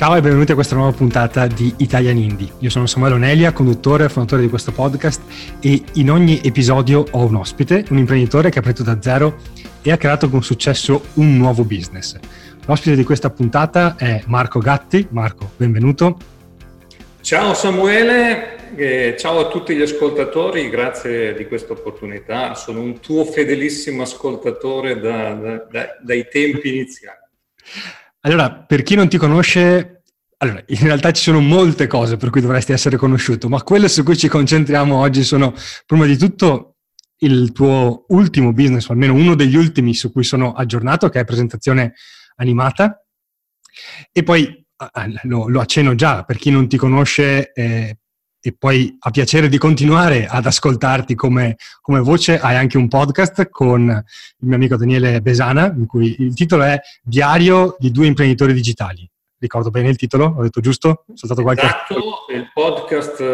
Ciao e benvenuti a questa nuova puntata di Italian Indie. Io sono Samuele Onelia, conduttore e fondatore di questo podcast, e in ogni episodio ho un ospite, un imprenditore che ha partito da zero e ha creato con successo un nuovo business. L'ospite di questa puntata è Marco Gatti. Marco, benvenuto. Ciao Samuele, ciao a tutti gli ascoltatori, grazie di questa opportunità. Sono un tuo fedelissimo ascoltatore dai tempi iniziali. Allora, per chi non ti conosce, in realtà ci sono molte cose per cui dovresti essere conosciuto, ma quelle su cui ci concentriamo oggi sono, prima di tutto, il tuo ultimo business, o almeno uno degli ultimi su cui sono aggiornato, che è presentazione animata. E poi, lo accenno già, per chi non ti conosce e poi ha piacere di continuare ad ascoltarti come voce, hai anche un podcast con il mio amico Daniele Besana, in cui il titolo è Diario di due imprenditori digitali. Ricordo bene il titolo? Ho detto giusto? Esatto, il podcast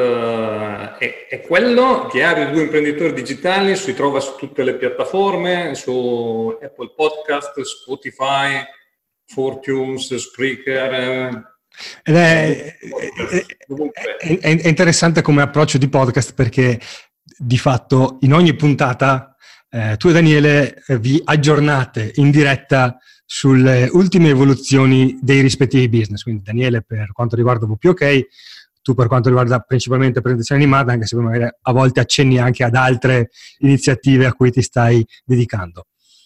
è quello, Diario di due imprenditori digitali, si trova su tutte le piattaforme, su Apple Podcast, Spotify, Fortunes, Spreaker. Ed è interessante come approccio di podcast, perché di fatto in ogni puntata tu e Daniele vi aggiornate in diretta sulle ultime evoluzioni dei rispettivi business. Quindi Daniele per quanto riguarda WPOK, tu per quanto riguarda principalmente presentazione animata, anche se magari a volte accenni anche ad altre iniziative a cui ti stai dedicando.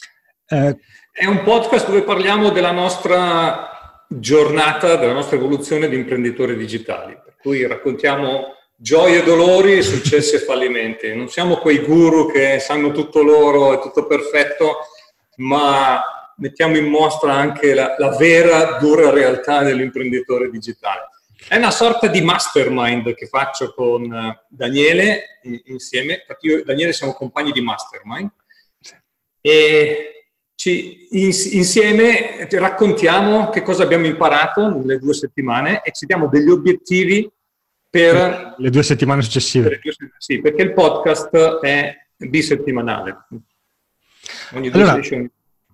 È un podcast dove parliamo della nostra giornata, della nostra evoluzione di imprenditori digitali, per cui raccontiamo gioie e dolori, successi e fallimenti. Non siamo quei guru che sanno tutto loro, è tutto perfetto, ma mettiamo in mostra anche la vera, dura realtà dell'imprenditore digitale. È una sorta di mastermind che faccio con Daniele insieme, perché io e Daniele siamo compagni di mastermind, e insieme ti raccontiamo che cosa abbiamo imparato nelle 2 settimane e ci diamo degli obiettivi per le 2 settimane successive. Sì, perché il podcast è bisettimanale. Ogni 2 sessioni.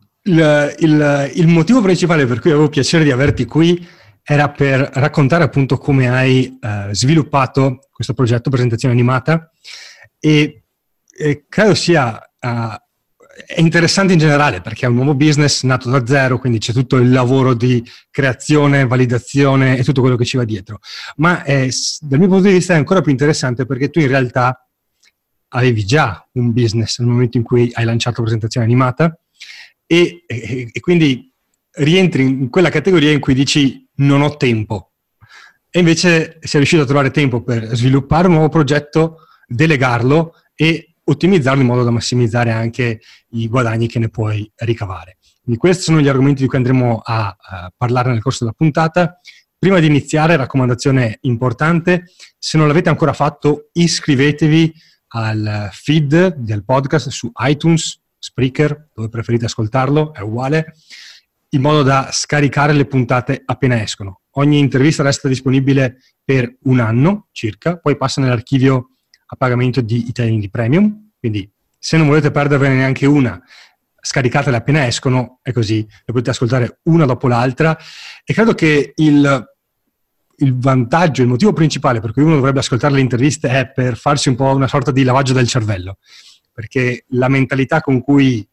Il motivo principale per cui avevo piacere di averti qui era per raccontare appunto come hai sviluppato questo progetto presentazione animata, e credo sia è interessante in generale perché è un nuovo business nato da zero, quindi c'è tutto il lavoro di creazione, validazione e tutto quello che ci va dietro. Ma dal mio punto di vista è ancora più interessante perché tu in realtà avevi già un business nel momento in cui hai lanciato presentazione animata e quindi rientri in quella categoria in cui dici non ho tempo, e invece sei riuscito a trovare tempo per sviluppare un nuovo progetto, delegarlo e ottimizzarlo in modo da massimizzare anche i guadagni che ne puoi ricavare. Quindi questi sono gli argomenti di cui andremo a parlare nel corso della puntata. Prima di iniziare, raccomandazione importante: se non l'avete ancora fatto, iscrivetevi al feed del podcast su iTunes, Spreaker, dove preferite ascoltarlo, è uguale, in modo da scaricare le puntate appena escono. Ogni intervista resta disponibile per 1 anno circa, poi passa nell'archivio a pagamento di Italian Indie Premium, quindi se non volete perderne neanche una, scaricatele appena escono e così le potete ascoltare una dopo l'altra. E credo che il vantaggio, il motivo principale per cui uno dovrebbe ascoltare le interviste è per farsi un po' una sorta di lavaggio del cervello, perché la mentalità con cui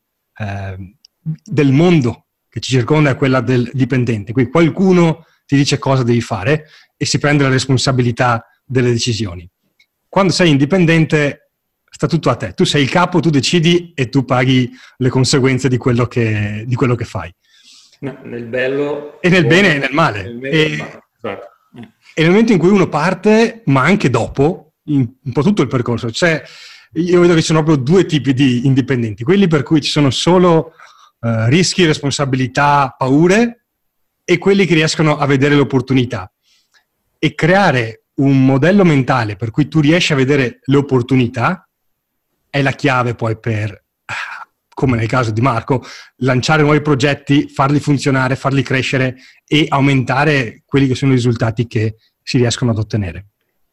del mondo che ci circonda è quella del dipendente, qui qualcuno ti dice cosa devi fare e si prende la responsabilità delle decisioni. Quando sei indipendente sta tutto a te, tu sei il capo, tu decidi e tu paghi le conseguenze di quello che fai. No, nel bello e nel bene e nel male. Esatto. E nel momento in cui uno parte, ma anche dopo, un po' tutto il percorso, io vedo che ci sono proprio 2 tipi di indipendenti: quelli per cui ci sono solo rischi, responsabilità, paure, e quelli che riescono a vedere le opportunità. E creare un modello mentale per cui tu riesci a vedere le opportunità è la chiave poi per, come nel caso di Marco, lanciare nuovi progetti, farli funzionare, farli crescere e aumentare quelli che sono i risultati che si riescono ad ottenere.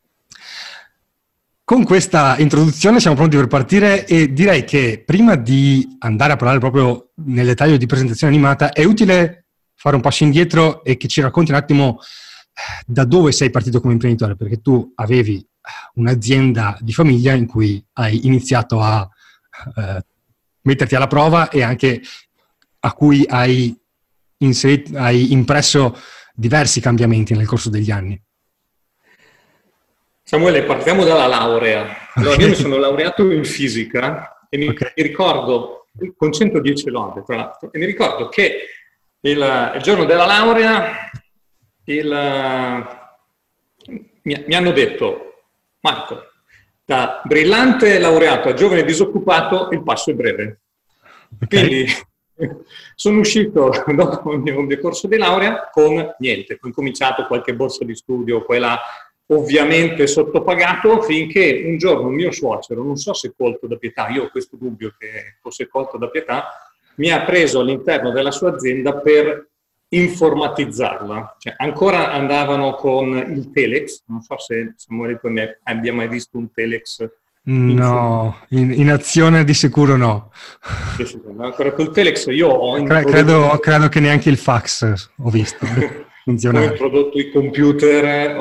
Con questa introduzione siamo pronti per partire, e direi che prima di andare a parlare proprio nel dettaglio di presentazione animata è utile fare un passo indietro e che ci racconti un attimo da dove sei partito come imprenditore? Perché tu avevi un'azienda di famiglia in cui hai iniziato a metterti alla prova e anche a cui hai impresso diversi cambiamenti nel corso degli anni. Samuele, partiamo dalla laurea. Allora, io mi sono laureato in fisica e mi ricordo, con 110 lode tra l'altro, e mi ricordo che il giorno della laurea mi hanno detto: Marco, da brillante laureato a giovane disoccupato il passo è breve. Quindi sono uscito dopo il mio corso di laurea con niente. Ho incominciato qualche borsa di studio, quella ovviamente sottopagato, finché un giorno un mio suocero, non so se colto da pietà, io ho questo dubbio che fosse colto da pietà, mi ha preso all'interno della sua azienda per informatizzarla. Cioè, ancora andavano con il telex, non so se Samuele tu abbia mai visto un telex. No, in azione di sicuro no. Ancora col telex io ho credo che neanche il fax ho visto. Ho introdotto i computer,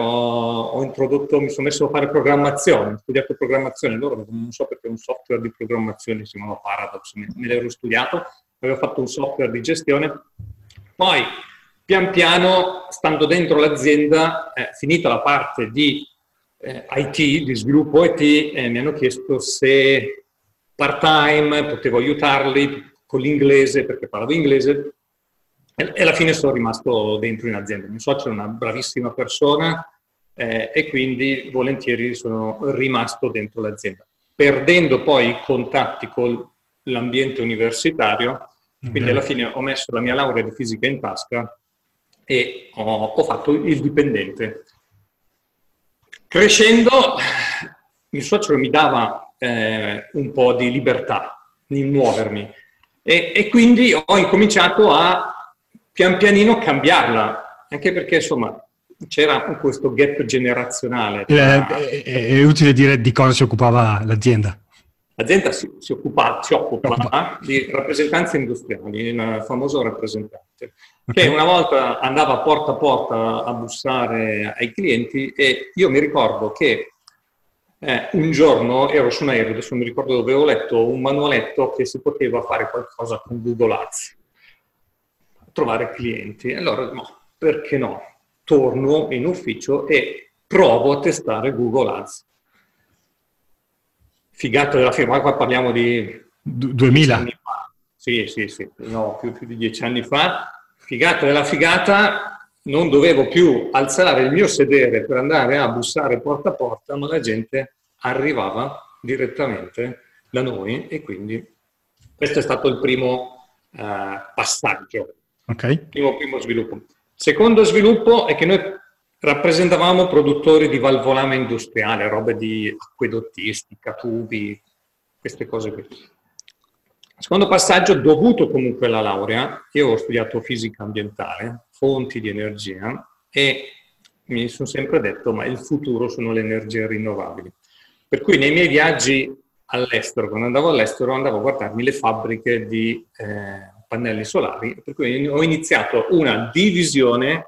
mi sono messo a fare programmazione, ho studiato programmazione, allora non so perché un software di programmazione si chiamava Paradox, me l'ero studiato, avevo fatto un software di gestione, poi pian piano, stando dentro l'azienda, finita la parte di IT, di sviluppo IT, mi hanno chiesto se part-time potevo aiutarli con l'inglese, perché parlavo inglese, e alla fine sono rimasto dentro in azienda. Mio socio è una bravissima persona e quindi volentieri sono rimasto dentro l'azienda. Perdendo poi i contatti con l'ambiente universitario, quindi alla fine ho messo la mia laurea di fisica in tasca e ho fatto il dipendente. Crescendo, mio suocero mi dava un po' di libertà di muovermi e quindi ho incominciato a pian pianino cambiarla, anche perché insomma c'era questo gap generazionale. È utile dire di cosa si occupava l'azienda. L'azienda si occupa di rappresentanze industriali, il famoso rappresentante, che una volta andava porta a porta a bussare ai clienti e io mi ricordo che un giorno ero su un aereo, adesso mi ricordo dove avevo letto un manualetto che si poteva fare qualcosa con Google Ads, trovare clienti. Allora, no, perché no? Torno in ufficio e provo a testare Google Ads. Figata della firma, qua parliamo di 2000 anni fa. Sì, no, più di 10 anni fa. Figata della figata, non dovevo più alzare il mio sedere per andare a bussare porta a porta, ma la gente arrivava direttamente da noi e quindi questo è stato il primo passaggio. Primo sviluppo. Secondo sviluppo è che noi rappresentavamo produttori di valvolame industriale, robe di acquedottistica, tubi, queste cose qui. Secondo passaggio, dovuto comunque alla laurea, io ho studiato fisica ambientale, fonti di energia e mi sono sempre detto ma il futuro sono le energie rinnovabili. Per cui nei miei viaggi all'estero, quando andavo all'estero, andavo a guardarmi le fabbriche di pannelli solari, per cui ho iniziato una divisione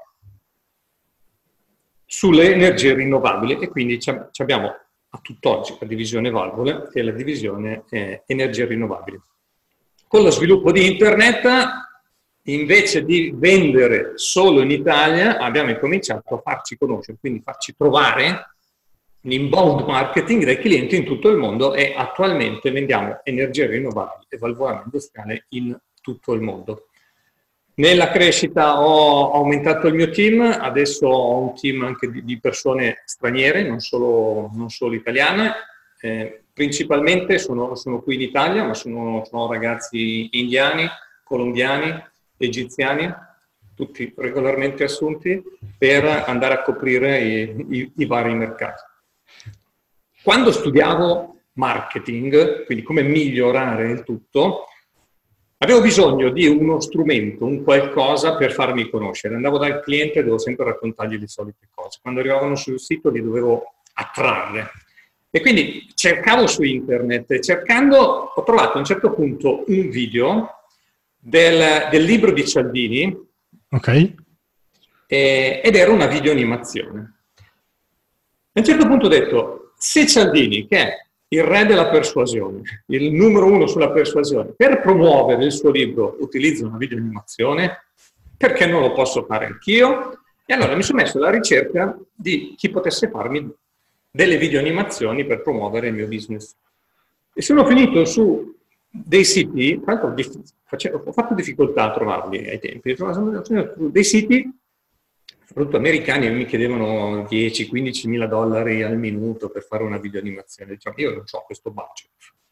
sulle energie rinnovabili e quindi abbiamo a tutt'oggi la divisione valvole e la divisione energie rinnovabili. Con lo sviluppo di internet, invece di vendere solo in Italia, abbiamo incominciato a farci conoscere, quindi farci trovare l'inbound marketing dai clienti in tutto il mondo e attualmente vendiamo energie rinnovabili e valvolame industriale in tutto il mondo. Nella crescita ho aumentato il mio team, adesso ho un team anche di persone straniere, non solo italiane, principalmente sono qui in Italia, ma sono ragazzi indiani, colombiani, egiziani, tutti regolarmente assunti per andare a coprire i vari mercati. Quando studiavo marketing, quindi come migliorare il tutto, avevo bisogno di uno strumento, un qualcosa per farmi conoscere. Andavo dal cliente e dovevo sempre raccontargli le solite cose. Quando arrivavano sul sito li dovevo attrarre. E quindi cercavo su internet, cercando ho trovato a un certo punto un video del libro di Cialdini. Ok. ed era una videoanimazione. A un certo punto ho detto, se Cialdini, che è il re della persuasione, il numero uno sulla persuasione, per promuovere il suo libro utilizza una videoanimazione, perché non lo posso fare anch'io? E allora mi sono messo alla ricerca di chi potesse farmi delle videoanimazioni per promuovere il mio business. E sono finito su dei siti, tra l'altro ho fatto difficoltà a trovarli ai tempi, dei siti, soprattutto americani, mi chiedevano 10-15 mila dollari al minuto per fare una videoanimazione. Diciamo, io non ho questo budget.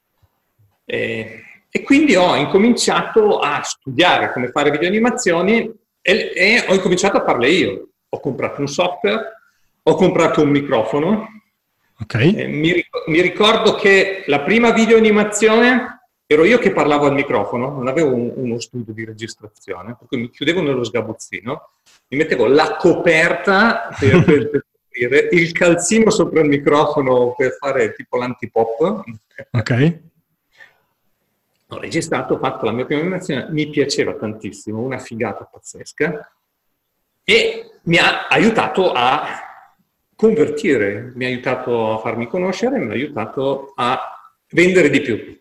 E quindi ho incominciato a studiare come fare videoanimazioni e ho incominciato a farle io. Ho comprato un software, ho comprato un microfono. Okay. Mi ricordo che la prima videoanimazione ero io che parlavo al microfono, non avevo uno studio di registrazione, per cui mi chiudevo nello sgabuzzino, mi mettevo la coperta per dire, il calzino sopra il microfono per fare tipo l'antipop. Ok. Ho registrato, ho fatto la mia prima animazione, mi piaceva tantissimo, una figata pazzesca, e mi ha aiutato a convertire, mi ha aiutato a farmi conoscere, mi ha aiutato a vendere di più.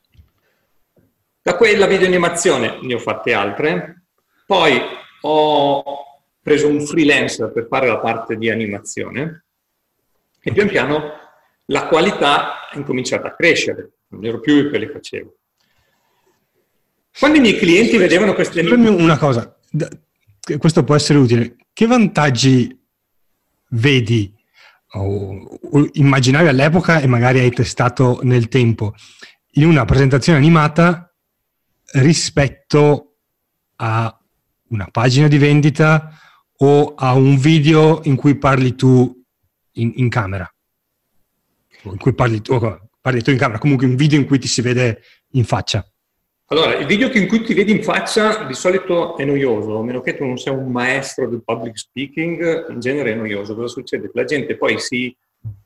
Da quella videoanimazione ne ho fatte altre, poi ho preso un freelancer per fare la parte di animazione e pian piano la qualità è incominciata a crescere, non ero più io che le facevo. Quando i miei clienti vedevano queste animazioni... Una cosa, questo può essere utile. Che vantaggi vedi o immaginavi all'epoca e magari hai testato nel tempo in una presentazione animata rispetto a una pagina di vendita o a un video in cui parli tu in camera? O in cui parli tu in camera, comunque un video in cui ti si vede in faccia. Allora, il video in cui ti vedi in faccia di solito è noioso, a meno che tu non sia un maestro del public speaking, in genere è noioso. Cosa succede? La gente poi si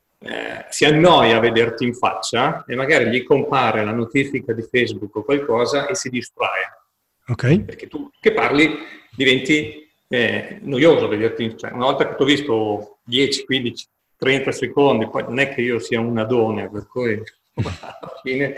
annoia a vederti in faccia e magari gli compare la notifica di Facebook o qualcosa e si distrae. Ok. Perché tu che parli diventi noioso a vederti in faccia. Una volta che ti ho visto 10, 15, 30 secondi, poi non è che io sia un adone, per cui alla fine...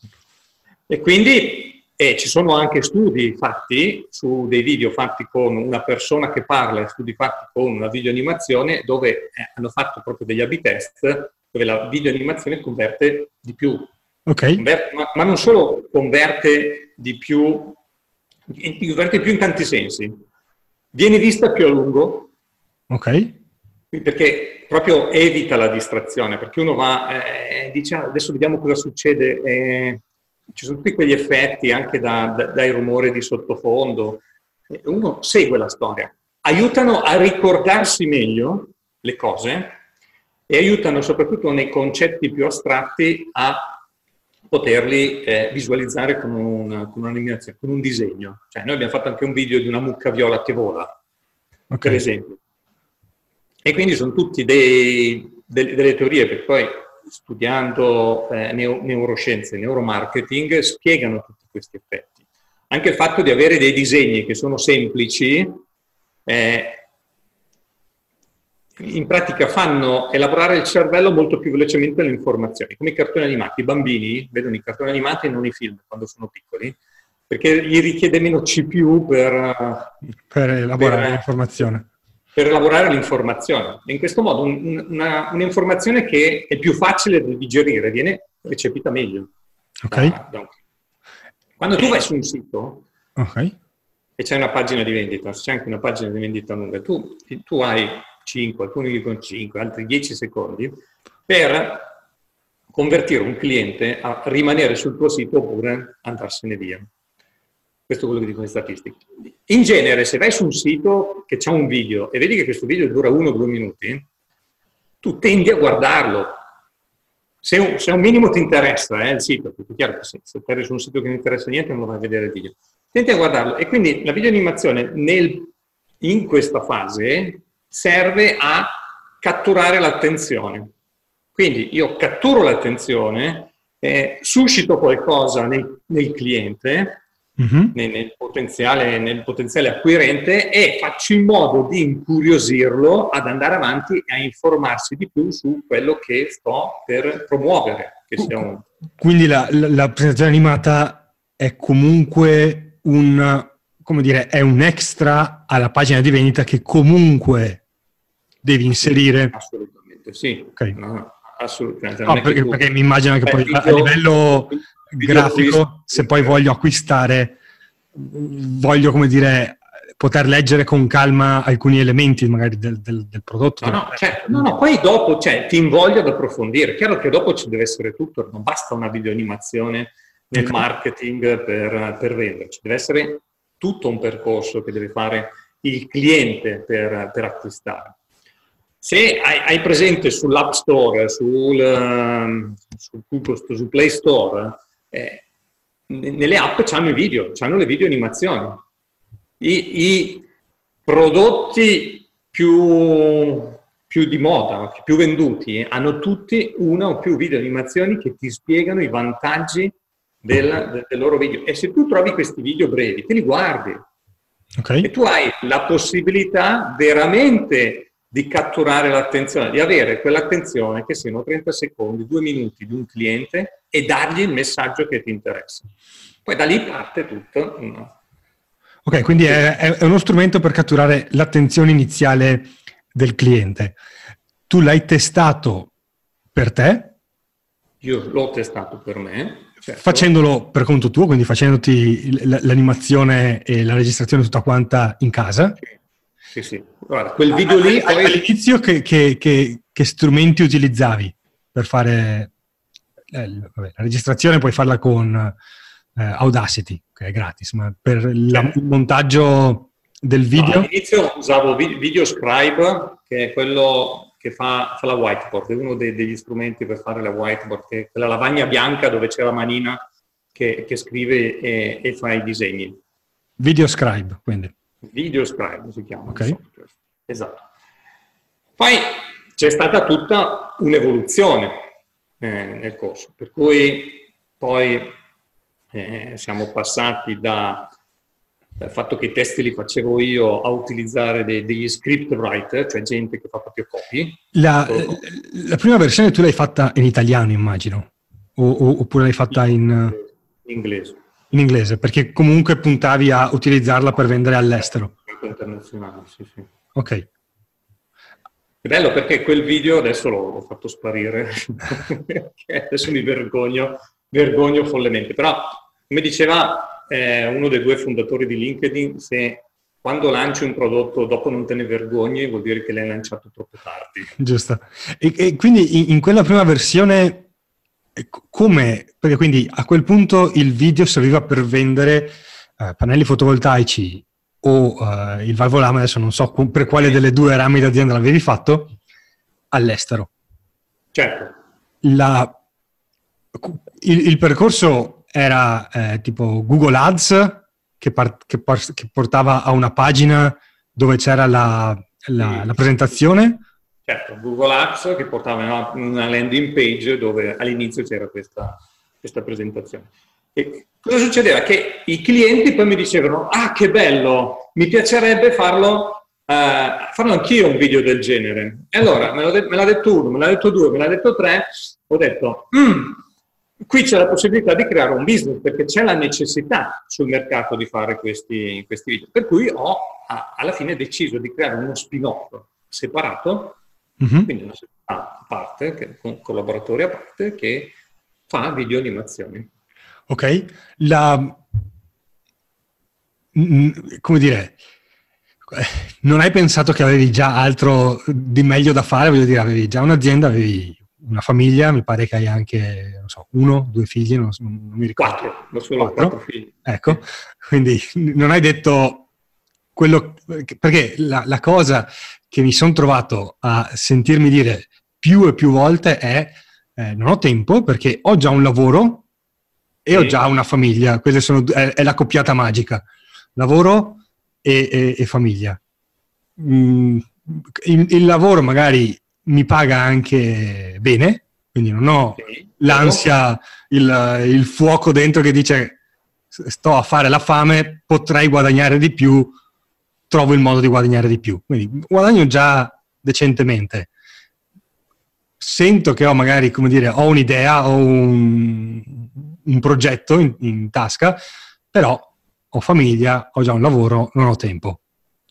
E quindi ci sono anche studi fatti su dei video fatti con una persona che parla e studi fatti con una videoanimazione dove hanno fatto proprio degli A/B test dove la videoanimazione converte di più. Ok. Ma non solo converte di più, converte di più in tanti sensi. Viene vista più a lungo. Ok. Perché proprio evita la distrazione, perché uno va e dice adesso vediamo cosa succede. Ci sono tutti quegli effetti anche dai rumori di sottofondo. Uno segue la storia. Aiutano a ricordarsi meglio le cose e aiutano soprattutto nei concetti più astratti a poterli visualizzare con un'animazione, con un disegno. Cioè, noi abbiamo fatto anche un video di una mucca viola che vola, per esempio. E quindi sono tutti delle teorie che poi studiando neuroscienze, neuromarketing, spiegano tutti questi effetti. Anche il fatto di avere dei disegni che sono semplici, in pratica fanno elaborare il cervello molto più velocemente le informazioni, come i cartoni animati. I bambini vedono i cartoni animati e non i film quando sono piccoli, perché gli richiede meno CPU per elaborare l'informazione. Per elaborare l'informazione. In questo modo un'informazione che è più facile da digerire viene recepita meglio. Ok. Quando tu vai su un sito e c'è una pagina di vendita, c'è anche una pagina di vendita lunga, tu hai 5, alcuni dicono 5, altri 10 secondi per convertire un cliente a rimanere sul tuo sito oppure andarsene via. Questo è quello che dicono le statistiche. In genere, se vai su un sito che c'ha un video e vedi che questo video dura 1 o 2 minuti, tu tendi a guardarlo. Se un minimo ti interessa il sito, perché è chiaro che se vai su un sito che non interessa niente non lo vai a vedere il video. Tendi a guardarlo. E quindi la videoanimazione in questa fase serve a catturare l'attenzione. Quindi io catturo l'attenzione, suscito qualcosa nel cliente nel potenziale acquirente, e faccio in modo di incuriosirlo ad andare avanti e a informarsi di più su quello che sto per promuovere. Quindi la presentazione animata è comunque è un extra alla pagina di vendita che comunque devi inserire. Assolutamente, sì. Okay. No, assolutamente. No, perché mi immagino che poi a livello grafico, se poi voglio acquistare, voglio, come dire, poter leggere con calma alcuni elementi magari del prodotto. No, poi dopo ti invoglia ad approfondire. Chiaro che dopo ci deve essere tutto, non basta una videoanimazione nel marketing per vendere, ci deve essere tutto un percorso che deve fare il cliente per acquistare. Se hai presente sull'App Store, sul Play Store, nelle app c'hanno i video, c'hanno le video animazioni. I prodotti più di moda, più venduti, hanno tutti una o più video animazioni che ti spiegano i vantaggi del loro video. E se tu trovi questi video brevi, te li guardi. Okay. E tu hai la possibilità veramente di catturare l'attenzione, di avere quell'attenzione che siano 30 secondi, 2 minuti di un cliente e dargli il messaggio che ti interessa. Poi da lì parte tutto. Ok, quindi è uno strumento per catturare l'attenzione iniziale del cliente. Tu l'hai testato per te? Io l'ho testato per me. Certo. Facendolo per conto tuo, quindi facendoti l'animazione e la registrazione tutta quanta in casa? Sì. Guarda, quel video lì... All'inizio che strumenti utilizzavi per fare la registrazione? Puoi farla con Audacity, che è gratis, ma per il montaggio del video? All'inizio usavo Videoscribe, che è quello che fa la whiteboard, è uno degli strumenti per fare la whiteboard, che è quella lavagna bianca dove c'è la manina che scrive e fa i disegni. Videoscribe, quindi. Videoscribe si chiama. Ok. Esatto. Poi c'è stata tutta un'evoluzione nel corso, per cui poi siamo passati dal fatto che i testi li facevo io a utilizzare degli script writer, cioè gente che fa proprio copy. La prima versione tu l'hai fatta in italiano, immagino, oppure l'hai fatta in inglese. In inglese, perché comunque puntavi a utilizzarla per vendere all'estero. Internazionale, sì. Ok. È bello perché quel video adesso l'ho fatto sparire, perché adesso mi vergogno follemente. Però, come diceva uno dei 2 fondatori di LinkedIn, se quando lanci un prodotto dopo non te ne vergogni, vuol dire che l'hai lanciato troppo tardi. Giusto. E quindi in quella prima versione, come? Perché quindi a quel punto il video serviva per vendere pannelli fotovoltaici o il valvolame, adesso non so per quale delle 2 rami d'azienda l'avevi fatto, all'estero. Certo. Il percorso era tipo Google Ads che portava a una pagina dove c'era la presentazione. Certo, Google Ads che portava una landing page dove all'inizio c'era questa presentazione. E cosa succedeva? Che i clienti poi mi dicevano: ah, che bello, mi piacerebbe farlo anch'io un video del genere. E allora me l'ha detto uno, me l'ha detto 2, me l'ha detto 3, ho detto qui c'è la possibilità di creare un business, perché c'è la necessità sul mercato di fare questi video. Per cui ho alla fine deciso di creare uno spin-off separato, quindi una società a parte, con collaboratori a parte, che fa video animazioni. Ok, come dire, non hai pensato che avevi già altro di meglio da fare? Voglio dire, avevi già un'azienda, avevi una famiglia, mi pare che hai anche, non so, 1, 2 figli, non mi ricordo. 4 figli. Ecco, quindi non hai detto quello, perché la cosa che mi sono trovato a sentirmi dire più e più volte è non ho tempo perché ho già un lavoro e ho già una famiglia. Queste è la coppiata magica, lavoro e famiglia. Il lavoro magari mi paga anche bene, quindi non ho l'ansia, il fuoco dentro che dice sto a fare la fame, potrei guadagnare di più, trovo il modo di guadagnare di più. Quindi guadagno già decentemente. Sento che ho magari, come dire, ho un'idea, ho un progetto in tasca, però ho famiglia, ho già un lavoro, non ho tempo.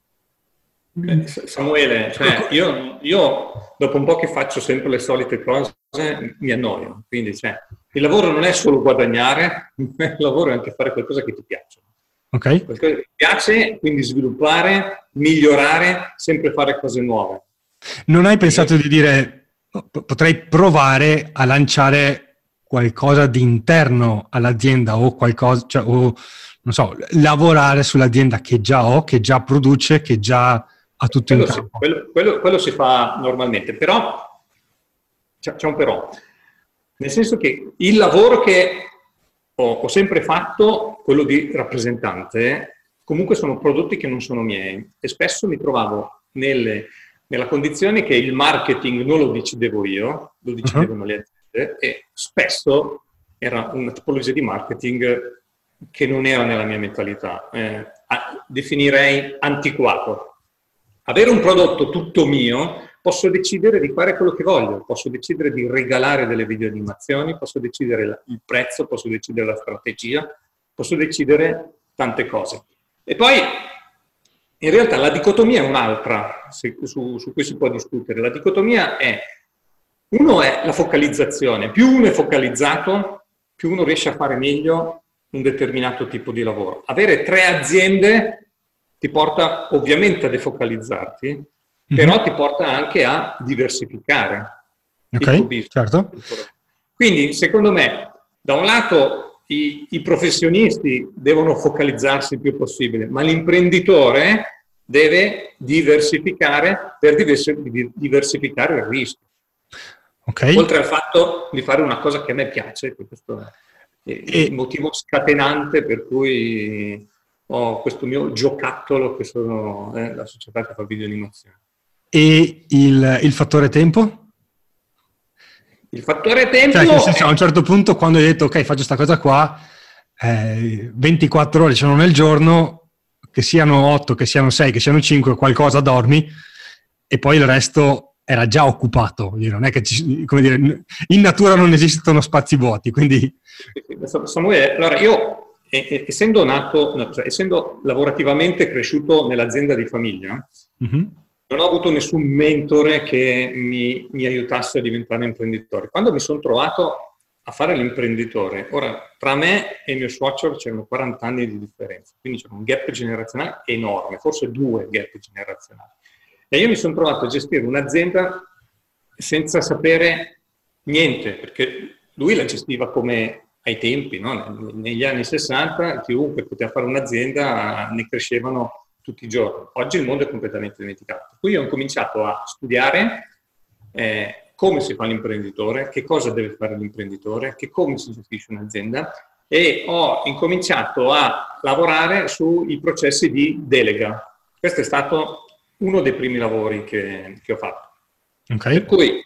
Samuele, cioè io dopo un po' che faccio sempre le solite cose mi annoio, quindi il lavoro non è solo guadagnare, il lavoro è anche fare qualcosa che ti piace. Ok. Qualcosa che ti piace, quindi sviluppare, migliorare, sempre fare cose nuove. Non hai pensato di dire potrei provare a lanciare qualcosa di interno all'azienda o qualcosa, cioè, o non so, lavorare sull'azienda che già ho, che già produce, che già ha tutto in campo? Quello si fa normalmente, però c'è un però. Nel senso che il lavoro che ho sempre fatto, quello di rappresentante, comunque sono prodotti che non sono miei e spesso mi trovavo nella condizione che il marketing non lo decidevo io, lo decidevano le aziende, e spesso era una tipologia di marketing che non era nella mia mentalità. Definirei antiquato. Avere un prodotto tutto mio, posso decidere di fare quello che voglio, posso decidere di regalare delle videoanimazioni, posso decidere il prezzo, posso decidere la strategia, posso decidere tante cose. E poi, in realtà, la dicotomia è un'altra, su cui si può discutere. La dicotomia è la focalizzazione. Più uno è focalizzato, più uno riesce a fare meglio un determinato tipo di lavoro. Avere 3 aziende ti porta ovviamente a defocalizzarti, però ti porta anche a diversificare il tuo business. Certo. Quindi, secondo me, da un lato i professionisti devono focalizzarsi il più possibile, ma l'imprenditore deve diversificare per diversificare il rischio. Okay. Oltre al fatto di fare una cosa che a me piace, questo è il motivo scatenante per cui ho questo mio giocattolo che sono la società che fa videoanimazione. E il fattore tempo? Il fattore tempo... Cioè, nel senso, a un certo punto, quando hai detto, ok, faccio questa cosa qua, 24 ore sono nel giorno, che siano 8, che siano 6, che siano 5, qualcosa dormi, e poi il resto era già occupato. Non è che, come dire, in natura non esistono spazi vuoti, quindi... Samuele, allora io... essendo lavorativamente cresciuto nell'azienda di famiglia, non ho avuto nessun mentore che mi aiutasse a diventare imprenditore. Quando mi sono trovato a fare l'imprenditore, ora tra me e il mio suocero c'erano 40 anni di differenza, quindi c'era un gap generazionale enorme, forse 2 gap generazionali. E io mi sono trovato a gestire un'azienda senza sapere niente, perché lui la gestiva come... ai tempi, no? Negli anni 60, chiunque poteva fare un'azienda, ne crescevano tutti i giorni. Oggi il mondo è completamente dimenticato. Qui ho cominciato a studiare come si fa l'imprenditore, che cosa deve fare l'imprenditore, come si gestisce un'azienda, e ho incominciato a lavorare sui processi di delega. Questo è stato uno dei primi lavori che ho fatto. Okay. Per cui...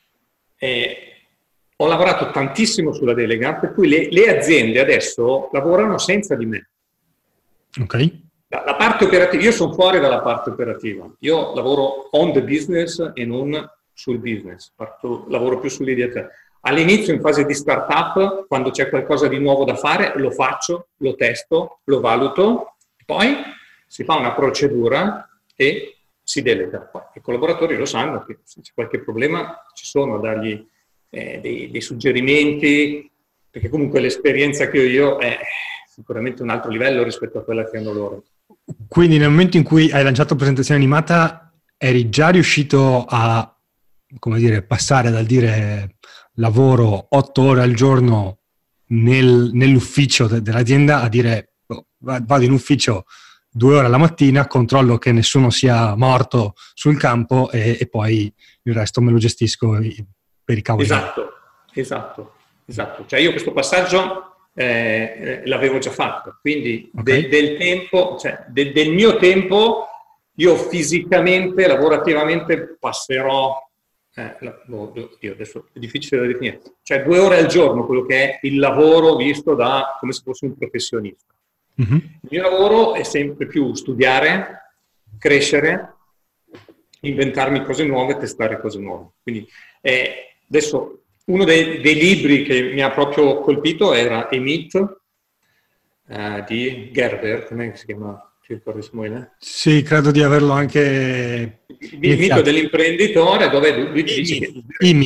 ho lavorato tantissimo sulla delega, per cui le aziende adesso lavorano senza di me. Ok. La parte operativa, io sono fuori dalla parte operativa, io lavoro on the business e non sul business, lavoro più sull'idea. All'inizio, in fase di startup, quando c'è qualcosa di nuovo da fare, lo faccio, lo testo, lo valuto, poi si fa una procedura e si delega. Poi i collaboratori lo sanno che se c'è qualche problema ci sono a dargli dei suggerimenti, perché comunque l'esperienza che ho io è sicuramente un altro livello rispetto a quella che hanno loro. Quindi nel momento in cui hai lanciato presentazione animata eri già riuscito a, come dire, passare dal dire lavoro 8 ore al giorno nell'ufficio dell'azienda a dire vado in ufficio 2 ore alla mattina, controllo che nessuno sia morto sul campo e poi il resto me lo gestisco per i cavoli. Esatto. Cioè io questo passaggio l'avevo già fatto, quindi okay. del tempo, cioè del mio tempo, io fisicamente, lavorativamente passerò adesso è difficile da definire, cioè 2 ore al giorno, quello che è il lavoro visto da come se fossi un professionista. Mm-hmm. Il mio lavoro è sempre più studiare, crescere, inventarmi cose nuove, testare cose nuove. Quindi adesso uno dei libri che mi ha proprio colpito era Emit di Gerber, come si chiama? Ti ricordi, Samuele? Sì, credo di averlo anche il mito dell'imprenditore, dove lui dice che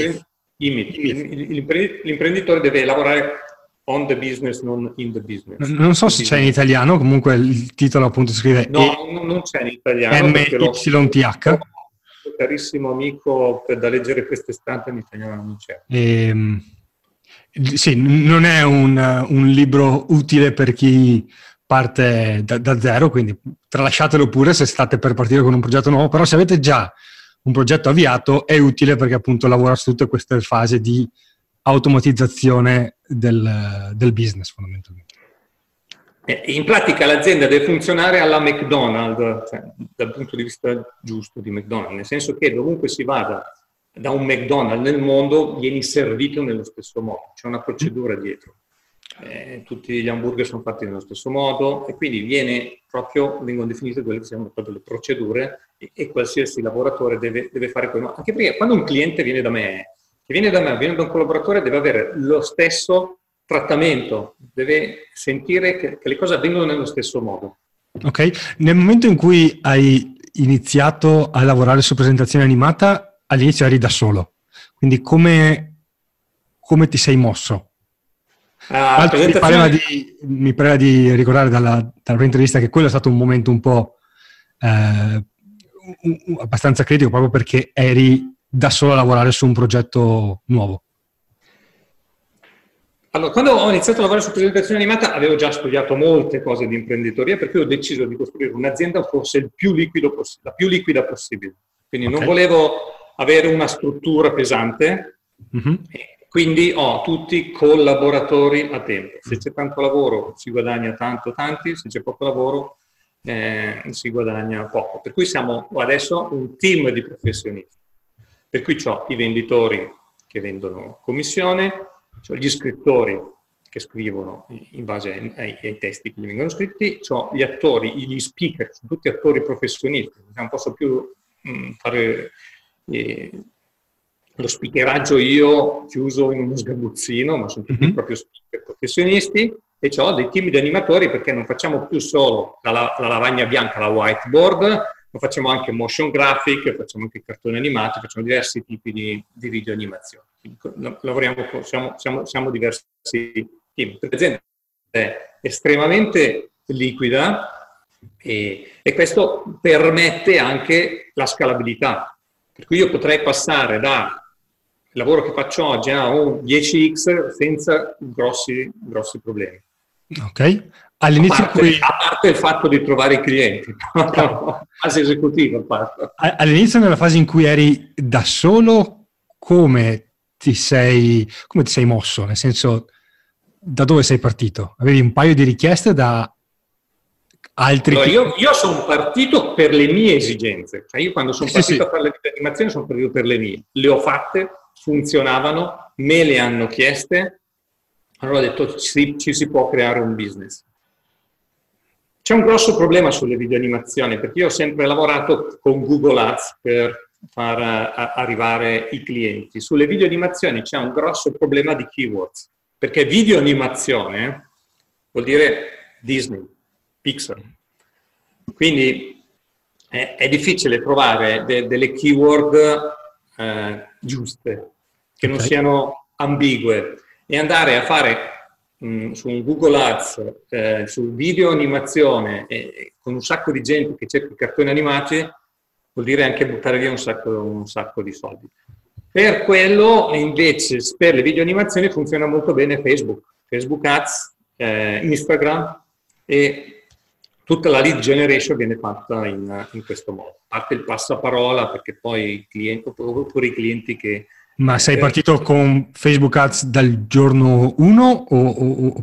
l'imprenditore deve lavorare on the business, non in the business. Non so se c'è in italiano, comunque il titolo appunto scrive non c'è in italiano. MYTH. Carissimo amico, da leggere quest'estate in italiano non c'è. Sì, non è un libro utile per chi parte da zero, quindi tralasciatelo pure se state per partire con un progetto nuovo, però se avete già un progetto avviato è utile perché appunto lavora su tutte queste fasi di automatizzazione del business fondamentalmente. In pratica l'azienda deve funzionare alla McDonald's, cioè, dal punto di vista giusto di McDonald's, nel senso che dovunque si vada da un McDonald's nel mondo vieni servito nello stesso modo, c'è una procedura dietro. Tutti gli hamburger sono fatti nello stesso modo e quindi vengono definite quelle che siano proprio le procedure e qualsiasi lavoratore deve fare quello. Anche perché quando un cliente viene da me, viene da un collaboratore, deve avere lo stesso trattamento, deve sentire che le cose avvengono nello stesso modo. Ok, nel momento in cui hai iniziato a lavorare su presentazione animata, all'inizio eri da solo, quindi come ti sei mosso? Mi pareva di ricordare dalla prima intervista che quello è stato un momento un po' abbastanza critico, proprio perché eri da solo a lavorare su un progetto nuovo. Allora, quando ho iniziato a lavorare su presentazione animata avevo già studiato molte cose di imprenditoria, per cui ho deciso di costruire un'azienda forse la più liquida possibile. Quindi non volevo avere una struttura pesante, quindi ho tutti collaboratori a tempo. Se c'è tanto lavoro si guadagna tanti, se c'è poco lavoro si guadagna poco. Per cui siamo adesso un team di professionisti. Per cui ho i venditori che vendono commissione, ho gli scrittori che scrivono in base ai testi che gli vengono scritti, ho gli attori, gli speaker, sono tutti attori professionisti, non posso più fare lo speakeraggio io chiuso in uno sgabuzzino, ma sono tutti proprio speaker professionisti, e ho dei team di animatori perché non facciamo più solo la lavagna bianca, la whiteboard, ma facciamo anche motion graphic, facciamo anche cartoni animati, facciamo diversi tipi di video animazione. Lavoriamo, siamo diversi team. L'azienda è estremamente liquida e questo permette anche la scalabilità. Per cui io potrei passare dal lavoro che faccio oggi a un 10x senza grossi problemi. Ok. All'inizio a parte il fatto di trovare i clienti, fase esecutiva. All'inizio, nella fase in cui eri da solo, come ti sei mosso? Nel senso, da dove sei partito? Avevi un paio di richieste da altri? Allora, io sono partito per le mie esigenze. Cioè io quando sono partito a fare le animazioni sono partito per le mie. Le ho fatte, funzionavano, me le hanno chieste. Allora ho detto sì, ci si può creare un business. C'è un grosso problema sulle videoanimazioni, perché io ho sempre lavorato con Google Ads per far arrivare i clienti. Sulle videoanimazioni c'è un grosso problema di keywords, perché videoanimazione vuol dire Disney, Pixar. Quindi è difficile trovare delle keyword giuste, che non siano ambigue, e andare a fare su un Google Ads, su video animazione, con un sacco di gente che cerca i cartoni animati, vuol dire anche buttare via un sacco di soldi. Per quello, invece, per le video animazioni funziona molto bene Facebook Ads, Instagram, e tutta la lead generation viene fatta in questo modo. A parte il passaparola, perché poi i clienti, oppure i clienti che... Ma sei partito con Facebook Ads dal giorno 1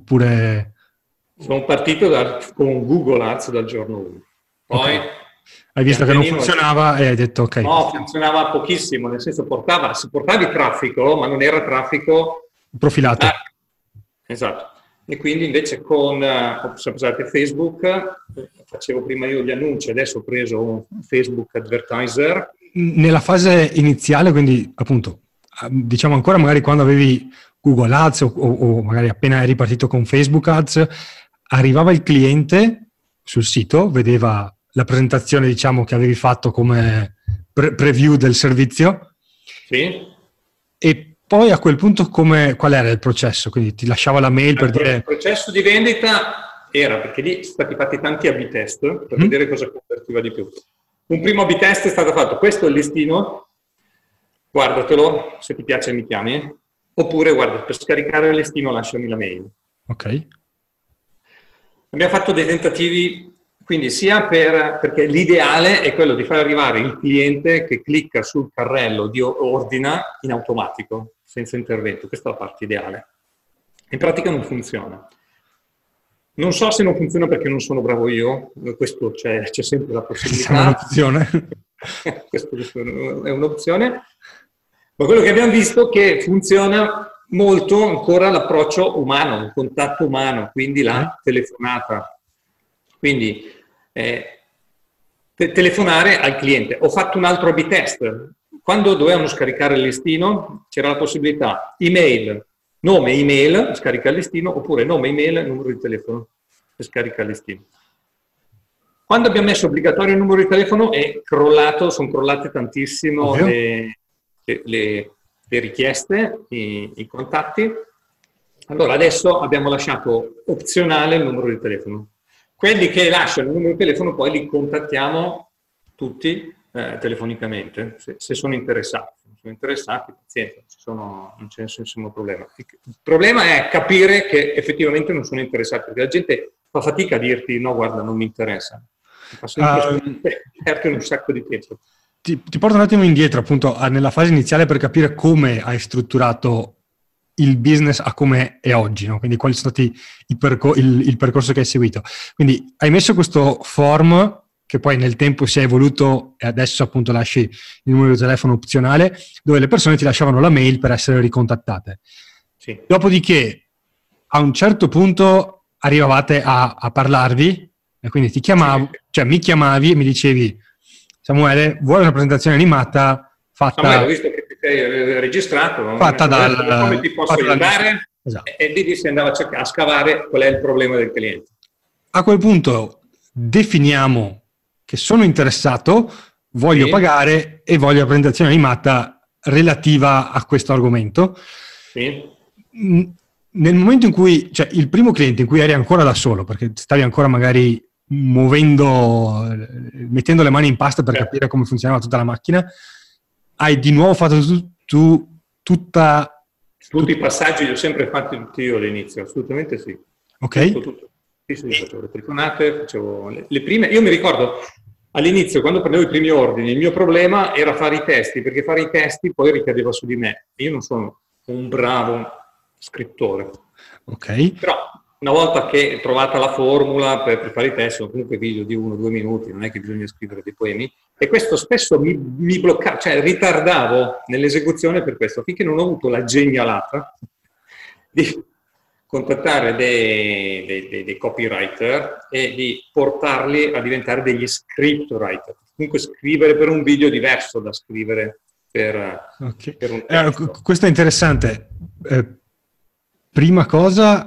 oppure... Sono partito con Google Ads dal giorno 1. Poi Hai visto che non funzionava e hai detto ok. No, funzionava pochissimo, nel senso portavi traffico, ma non era traffico profilato. Esatto. E quindi invece con Facebook, facevo prima io gli annunci, adesso ho preso un Facebook Advertiser. Nella fase iniziale, quindi appunto, diciamo ancora magari quando avevi Google Ads o magari appena eri partito con Facebook Ads, arrivava il cliente sul sito, vedeva la presentazione, diciamo, che avevi fatto come preview del servizio. Sì. E poi a quel punto qual era il processo? Quindi ti lasciava la mail per dire... Il processo di vendita era, perché lì sono stati fatti tanti A/B test per vedere cosa convertiva di più. Un primo A/B test è stato fatto, questo è il listino, guardatelo, se ti piace mi chiami, oppure guarda, per scaricare il listino lasciami la mail. Ok. Abbiamo fatto dei tentativi, quindi sia perché l'ideale è quello di far arrivare il cliente che clicca sul carrello di ordina in automatico, senza intervento. Questa è la parte ideale. In pratica non funziona. Non so se non funziona perché non sono bravo io, questo c'è sempre la possibilità. È un'opzione. Questo è un'opzione. Ma quello che abbiamo visto è che funziona molto ancora l'approccio umano, il contatto umano, quindi la telefonata. Quindi telefonare al cliente. Ho fatto un altro A/B test. Quando dovevano scaricare il listino c'era la possibilità email, nome email, scarica il listino, oppure nome email, numero di telefono e scarica il listino. Quando abbiamo messo obbligatorio il numero di telefono sono crollate tantissimo le richieste, i contatti. Allora adesso abbiamo lasciato opzionale il numero di telefono. Quelli che lasciano il numero di telefono poi li contattiamo tutti telefonicamente, se sono interessati. Se sono interessati, pazienza, non c'è nessun problema. Il problema è capire che effettivamente non sono interessati, perché la gente fa fatica a dirti no, guarda, non mi interessa. Fa sempre perdere un sacco di tempo. Ti porto un attimo indietro, appunto, nella fase iniziale per capire come hai strutturato il business a come è oggi, no? Quindi quali sono stati il percorso che hai seguito. Quindi hai messo questo form che poi nel tempo si è evoluto e adesso appunto lasci il numero di telefono opzionale, dove le persone ti lasciavano la mail per essere ricontattate. Sì. Dopodiché a un certo punto arrivavate a parlarvi e quindi ti chiamavo, cioè mi chiamavi e mi dicevi: Samuele, vuoi una presentazione animata fatta... Samuele, ho visto che ti sei registrato, fatta come ti posso aiutare? Esatto. E lì si andava a scavare qual è il problema del cliente. A quel punto definiamo che sono interessato, voglio pagare e voglio la presentazione animata relativa a questo argomento. Sì. Nel momento in cui, cioè il primo cliente in cui eri ancora da solo, perché stavi ancora magari mettendo le mani in pasta per capire come funzionava tutta la macchina, hai di nuovo fatto tutti i passaggi li ho sempre fatti io all'inizio, assolutamente sì. Ok. Tutto. Sì, facevo le telefonate, facevo le prime. Io mi ricordo all'inizio, quando prendevo i primi ordini, il mio problema era fare i testi, perché fare i testi poi ricadeva su di me. Io non sono un bravo scrittore. Ok. Però una volta che trovata la formula per fare i testi, sono comunque video di 1 o 2 minuti, non è che bisogna scrivere dei poemi, e questo spesso mi bloccava, cioè ritardavo nell'esecuzione per questo, finché non ho avuto la genialata di contattare dei copywriter e di portarli a diventare degli scriptwriter. Comunque scrivere per un video è diverso da scrivere per un testo. Questo è interessante. Prima cosa,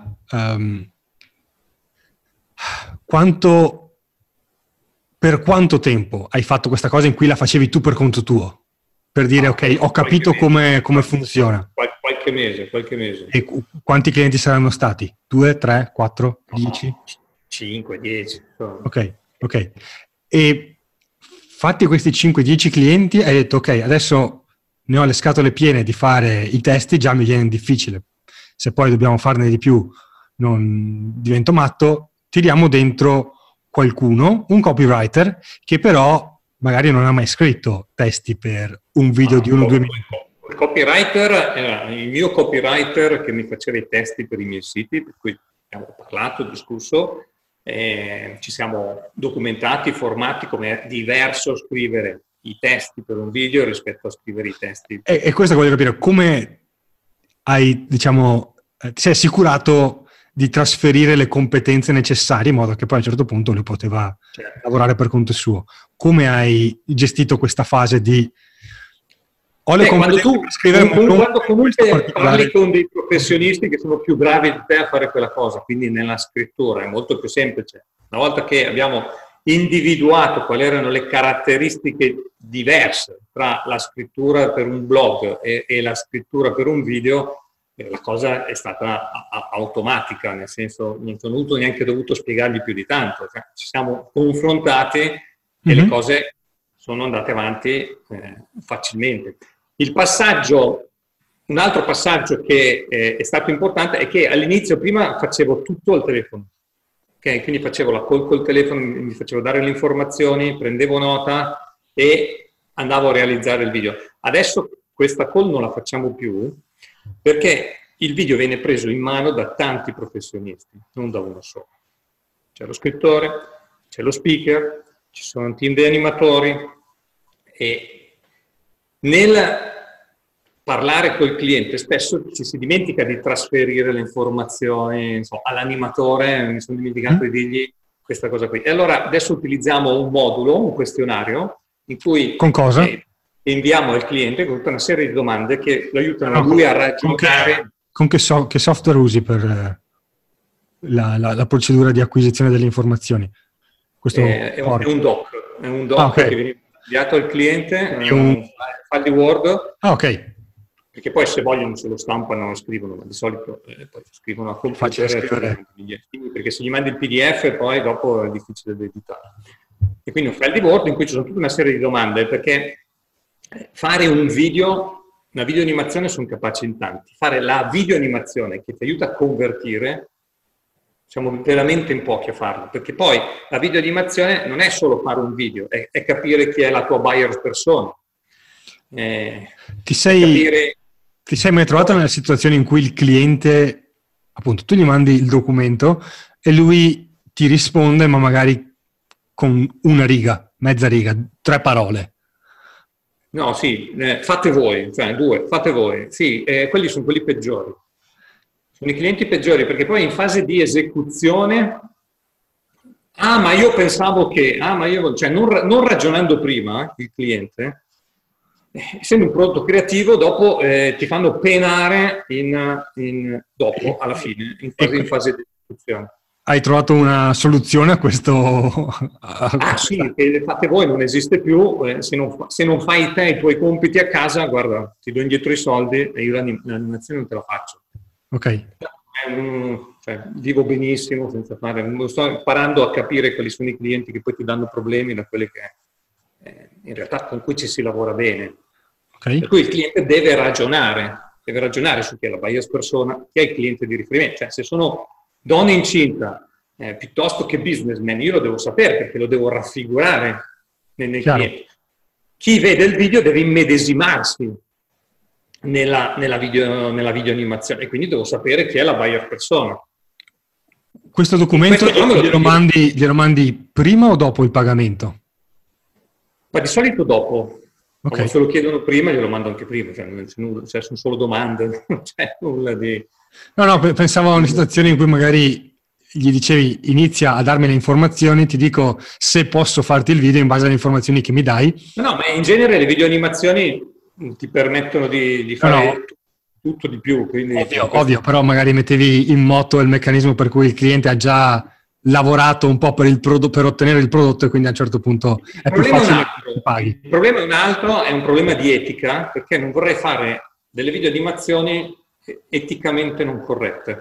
per quanto tempo hai fatto questa cosa in cui la facevi tu per conto tuo? Per dire, ok, ho capito come funziona. Qualche mese. E quanti clienti saranno stati? 2, 3, 4, 10? 5, 10. Ok. E fatti questi 5-10 clienti, hai detto, ok, adesso ne ho le scatole piene di fare i testi, già mi viene difficile. Se poi dobbiamo farne di più, non divento matto, tiriamo dentro qualcuno, un copywriter, che però magari non ha mai scritto testi per un video di 1 o 2 minuti. Il copywriter era il mio copywriter che mi faceva i testi per i miei siti, per cui abbiamo parlato, discusso, ci siamo documentati, formati come è diverso scrivere i testi per un video rispetto a scrivere i testi. E questo voglio capire, come hai, diciamo, ti sei assicurato di trasferire le competenze necessarie in modo che poi a un certo punto lui poteva lavorare per conto suo. Come hai gestito questa fase di... Quando comunque parli con dei professionisti che sono più bravi di te a fare quella cosa, quindi nella scrittura è molto più semplice. Una volta che abbiamo individuato quali erano le caratteristiche diverse tra la scrittura per un blog e la scrittura per un video, la cosa è stata automatica, nel senso non sono neanche dovuto spiegargli più di tanto. Cioè, ci siamo confrontati e le cose sono andate avanti facilmente. Un altro passaggio che è stato importante è che all'inizio prima facevo tutto al telefono, okay? Quindi facevo la call col telefono, mi facevo dare le informazioni, prendevo nota e andavo a realizzare il video. Adesso questa call non la facciamo più perché il video viene preso in mano da tanti professionisti, non da uno solo. C'è lo scrittore, c'è lo speaker, ci sono un team di animatori e nel parlare col cliente spesso ci si dimentica di trasferire le informazioni all'animatore, mi sono dimenticato di dirgli questa cosa qui. E allora adesso utilizziamo un modulo, un questionario, in cui con cosa? Inviamo al cliente con tutta una serie di domande che lo aiutano a lui a ragionare. Con che software usi per la procedura di acquisizione delle informazioni? Questo è un doc, che viene inviato al cliente, è un file di Word. Ok. Perché poi se vogliono se lo stampano o scrivono, ma di solito poi scrivono a computer, perché se gli mandi il PDF poi dopo è difficile da editare. E quindi un file di Word in cui ci sono tutta una serie di domande, perché fare un video, una videoanimazione sono capaci in tanti. Fare la videoanimazione che ti aiuta a convertire, siamo veramente in pochi a farlo, perché poi la videoanimazione non è solo fare un video, è capire chi è la tua buyer persona. Ti sei mai trovato nella situazione in cui il cliente, appunto, tu gli mandi il documento e lui ti risponde, ma magari con una riga, mezza riga, 3 parole? No, sì, fate voi, cioè 2, fate voi. Sì, quelli sono quelli peggiori. Sono i clienti peggiori, perché poi in fase di esecuzione, ma io pensavo che, cioè non ragionando prima, il cliente, essendo un prodotto creativo, dopo ti fanno penare dopo, alla fine, in fase di esecuzione. Hai trovato una soluzione a questo? Sì, che fate voi non esiste più, se non fai te i tuoi compiti a casa, guarda, ti do indietro i soldi e io l'animazione non te la faccio. Ok. Cioè, vivo benissimo senza fare, sto imparando a capire quali sono i clienti che poi ti danno problemi da quelli che in realtà con cui ci si lavora bene. Okay. Per cui il cliente deve ragionare su chi è la buyer persona, chi è il cliente di riferimento. Cioè, se sono donne incinta piuttosto che businessman, io lo devo sapere perché lo devo raffigurare nel cliente. Chi vede il video deve immedesimarsi nella videoanimazione e quindi devo sapere chi è la buyer persona. Questo documento glielo mandi prima o dopo il pagamento? Ma di solito dopo. Okay. Se lo chiedono prima, glielo mando anche prima, cioè sono solo domande, non c'è nulla di... No, pensavo a una situazione in cui magari gli dicevi inizia a darmi le informazioni, ti dico se posso farti il video in base alle informazioni che mi dai. No, ma in genere le videoanimazioni ti permettono di fare tutto di più. Quindi ovvio, però magari mettevi in moto il meccanismo per cui il cliente ha già lavorato un po' per ottenere il prodotto e quindi a un certo punto è più facile che paghi. Il problema è un altro, è un problema di etica, perché non vorrei fare delle videoanimazioni eticamente non corrette.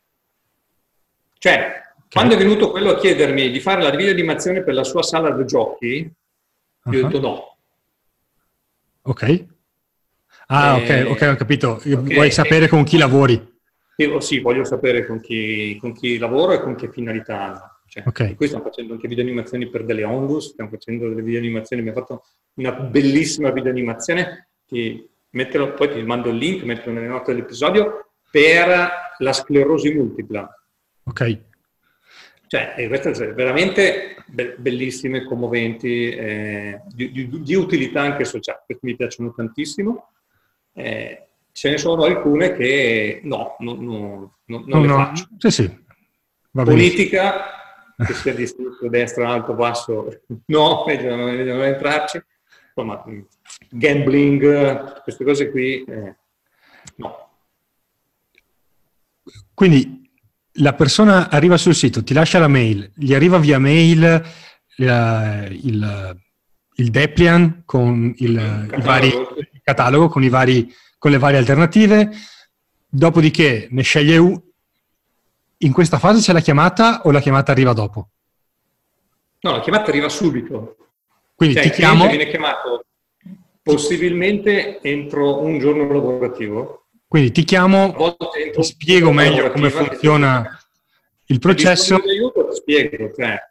Cioè, quando è venuto quello a chiedermi di fare la videoanimazione per la sua sala di giochi, io ho detto no. Ok. Ok, ho capito. Vuoi sapere con chi lavori? Sì, voglio sapere con chi lavoro e con che finalità hanno. Cioè, qui stiamo facendo anche videoanimazioni per delle onlus, stiamo facendo delle videoanimazioni, mi ha fatto una bellissima videoanimazione, poi ti mando il link, metto nelle note dell'episodio, per la sclerosi multipla. Ok. Cioè, queste sono veramente bellissime, commoventi, di utilità anche sociale, che mi piacciono tantissimo. Ce ne sono alcune che non le faccio. Sì. Politica, che sia di sinistra, destra, alto, basso, no, meglio non entrarci. Insomma, gambling, queste cose qui, no. Quindi la persona arriva sul sito, ti lascia la mail, gli arriva via mail il Depliant con il catalogo con le varie alternative, dopodiché ne sceglie in questa fase c'è la chiamata o la chiamata arriva dopo? No, la chiamata arriva subito. Quindi cioè, ti chiamo... viene chiamato possibilmente entro un giorno lavorativo. Quindi ti chiamo, ti spiego meglio come funziona il processo. Ti aiuto, ti spiego.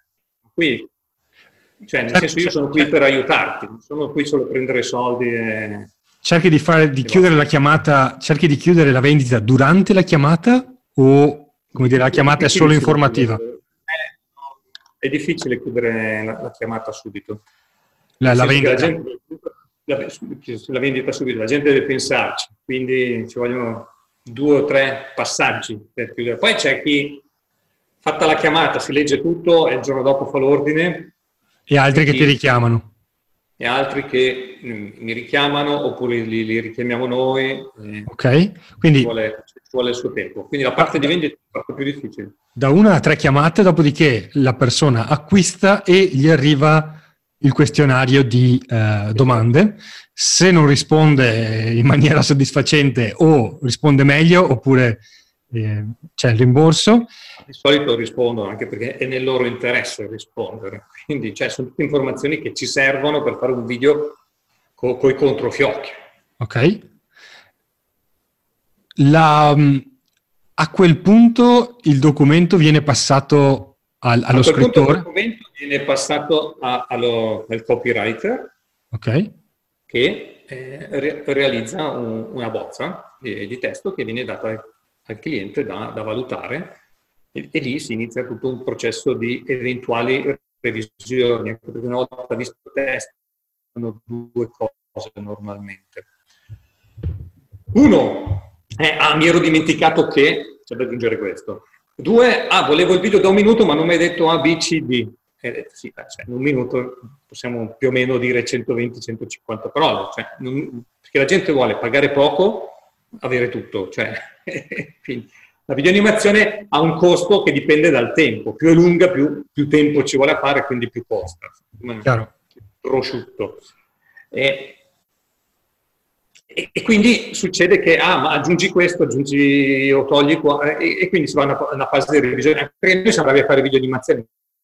Nel senso, io sono qui per aiutarti, non sono qui solo per prendere soldi. Cerchi di chiudere la chiamata, cerchi di chiudere la vendita durante la chiamata o, come dire, la chiamata è solo informativa? È difficile chiudere la chiamata subito. La vendita. La vendita subito, la gente deve pensarci, quindi ci vogliono 2 o 3 passaggi per chiudere. Poi c'è chi, fatta la chiamata, si legge tutto e il giorno dopo fa l'ordine. E altri che ti richiamano. E altri che mi richiamano oppure li richiamiamo noi. Ok, quindi ci vuole il suo tempo. Quindi la parte di vendita è la parte più difficile. Da 1 a 3 chiamate, dopodiché la persona acquista e gli arriva il questionario di domande. Se non risponde in maniera soddisfacente o risponde meglio oppure c'è il rimborso. Di solito rispondono anche perché è nel loro interesse rispondere. Quindi sono tutte informazioni che ci servono per fare un video coi controfiocchi. Ok. A quel punto il documento viene passato allo scrittore? Il documento viene passato al copywriter, che realizza una bozza di testo che viene data al cliente da valutare e lì si inizia tutto un processo di eventuali revisioni, perché una volta visto il testo sono 2 cose normalmente. 1, mi ero dimenticato che c'è da aggiungere questo. 2, volevo il video da 1 minuto ma non mi hai detto A, B, C, D. Sì, in 1 minuto possiamo più o meno dire 120-150 parole, perché la gente vuole pagare poco, avere tutto. Quindi, la videoanimazione ha un costo che dipende dal tempo, più è lunga più tempo ci vuole a fare, quindi più costa. Chiaro. Prosciutto. E quindi succede che ma aggiungi questo, aggiungi o togli qua, e quindi si va a una fase di revisione. Perché noi siamo bravi a fare videoanimazioni.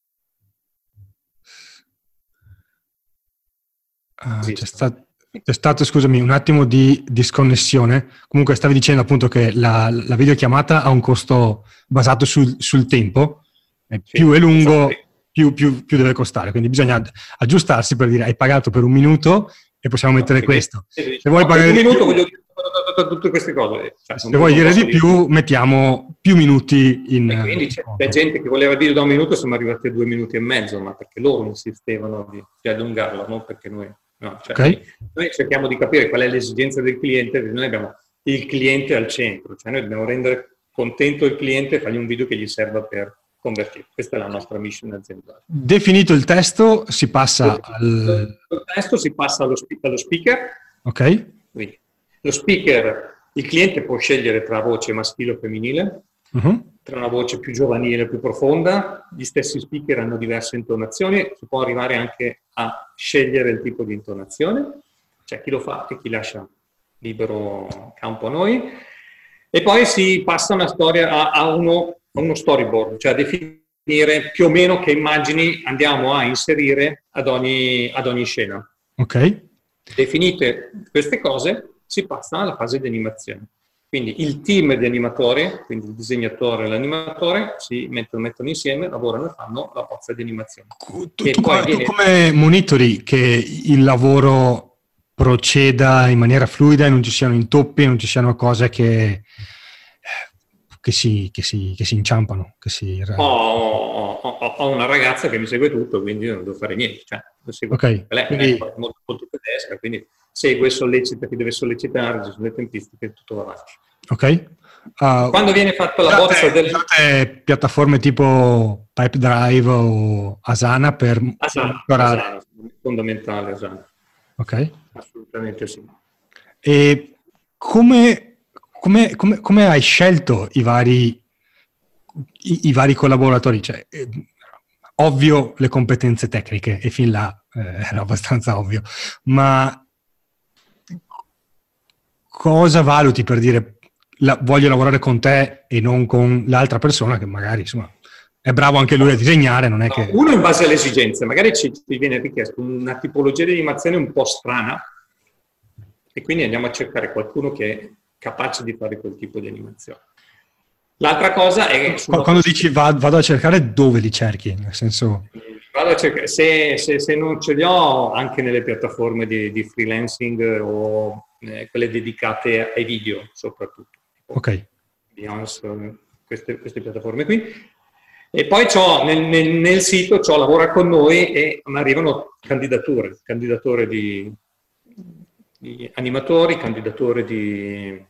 C'è stato, scusami, un attimo di disconnessione. Comunque stavi dicendo appunto che la videochiamata ha un costo basato sul tempo. Più è lungo, più deve costare. Quindi bisogna aggiustarsi per dire hai pagato per 1 minuto e possiamo mettere questo. Se vuoi pagare 1 minuto voglio dire tutte queste cose. Se vuoi dire di più, mettiamo più minuti in... E quindi c'è gente che voleva dire da 1 minuto, siamo arrivati a 2 minuti e mezzo, ma perché loro insistevano di allungarlo, non perché noi... No, Noi cerchiamo di capire qual è l'esigenza del cliente, perché noi abbiamo il cliente al centro, noi dobbiamo rendere contento il cliente e fargli un video che gli serva per convertire. Questa è la nostra mission aziendale. Definito il testo, si passa allo speaker. Ok. Quindi, lo speaker, il cliente può scegliere tra voce maschile o femminile, tra una voce più giovanile, più profonda. Gli stessi speaker hanno diverse intonazioni, si può arrivare anche a scegliere il tipo di intonazione, c'è chi lo fa e chi lascia libero campo a noi, e poi si passa una storia a uno storyboard, cioè a definire più o meno che immagini andiamo a inserire ad ogni scena. Ok. Definite queste cose, si passa alla fase di animazione. Quindi il team di animatori, quindi il disegnatore e l'animatore, si mettono insieme, lavorano e fanno la bozza di animazione. Tu come monitori che il lavoro proceda in maniera fluida e non ci siano intoppi, non ci siano cose che inciampano. Ho una ragazza che mi segue tutto, quindi io non devo fare niente. Cioè, lo seguo. Okay, lei quindi... è molto tedesca, quindi segue, sollecita chi deve sollecitare, ci sono le tempistiche, tutto va avanti. Ok. Quando viene fatta la bozza usate piattaforme tipo Pipedrive o Asana per Asana, fondamentale Asana. Ok. Assolutamente sì. E come hai scelto i vari collaboratori? Cioè, ovvio le competenze tecniche, e fin là era abbastanza ovvio, ma cosa valuti per dire voglio lavorare con te e non con l'altra persona che magari, insomma, è bravo anche lui a disegnare, non è che... Uno in base alle esigenze, magari ci viene richiesto una tipologia di animazione un po' strana e quindi andiamo a cercare qualcuno che è capace di fare quel tipo di animazione. L'altra cosa è... Quando dici vado a cercare, dove li cerchi? Nel senso... Vado a cercare, se non ce li ho, anche nelle piattaforme di freelancing o quelle dedicate ai video soprattutto. Ok. Beyoncé, queste piattaforme qui. E poi nel sito lavora con noi e mi arrivano candidature di animatori, candidature di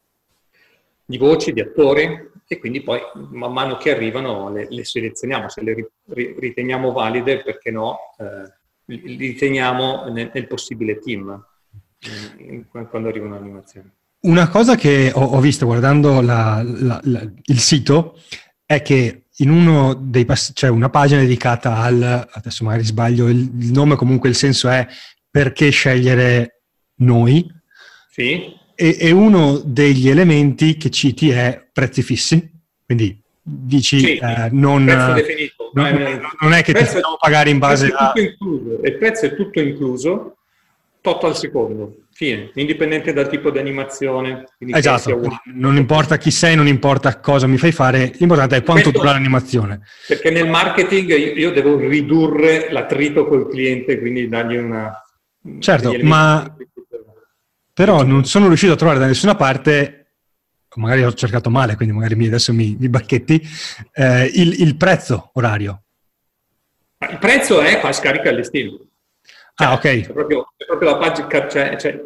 voci, di attori, e quindi poi man mano che arrivano le selezioniamo, se le riteniamo valide, perché no, li teniamo nel possibile team quando arriva un'animazione. Una cosa che ho visto guardando il sito è che in uno dei c'è una pagina dedicata adesso magari sbaglio il nome, comunque il senso è perché scegliere noi. Sì. E uno degli elementi che citi è prezzi fissi, quindi dici sì, prezzo definito. Non è che ti facciamo pagare in base a... Il prezzo è tutto incluso, tot al secondo. Fine, indipendente dal tipo di animazione. Esatto, non importa chi sei, non importa cosa mi fai fare, l'importante è quanto dura l'animazione. Perché nel marketing io devo ridurre l'attrito col cliente, quindi dargli una... Certo, ma però non sono riuscito a trovare da nessuna parte, magari ho cercato male, quindi magari adesso mi bacchetti, il prezzo orario. Il prezzo è qua scarica il listino. Cioè, ok. C'è proprio la pagina, c'è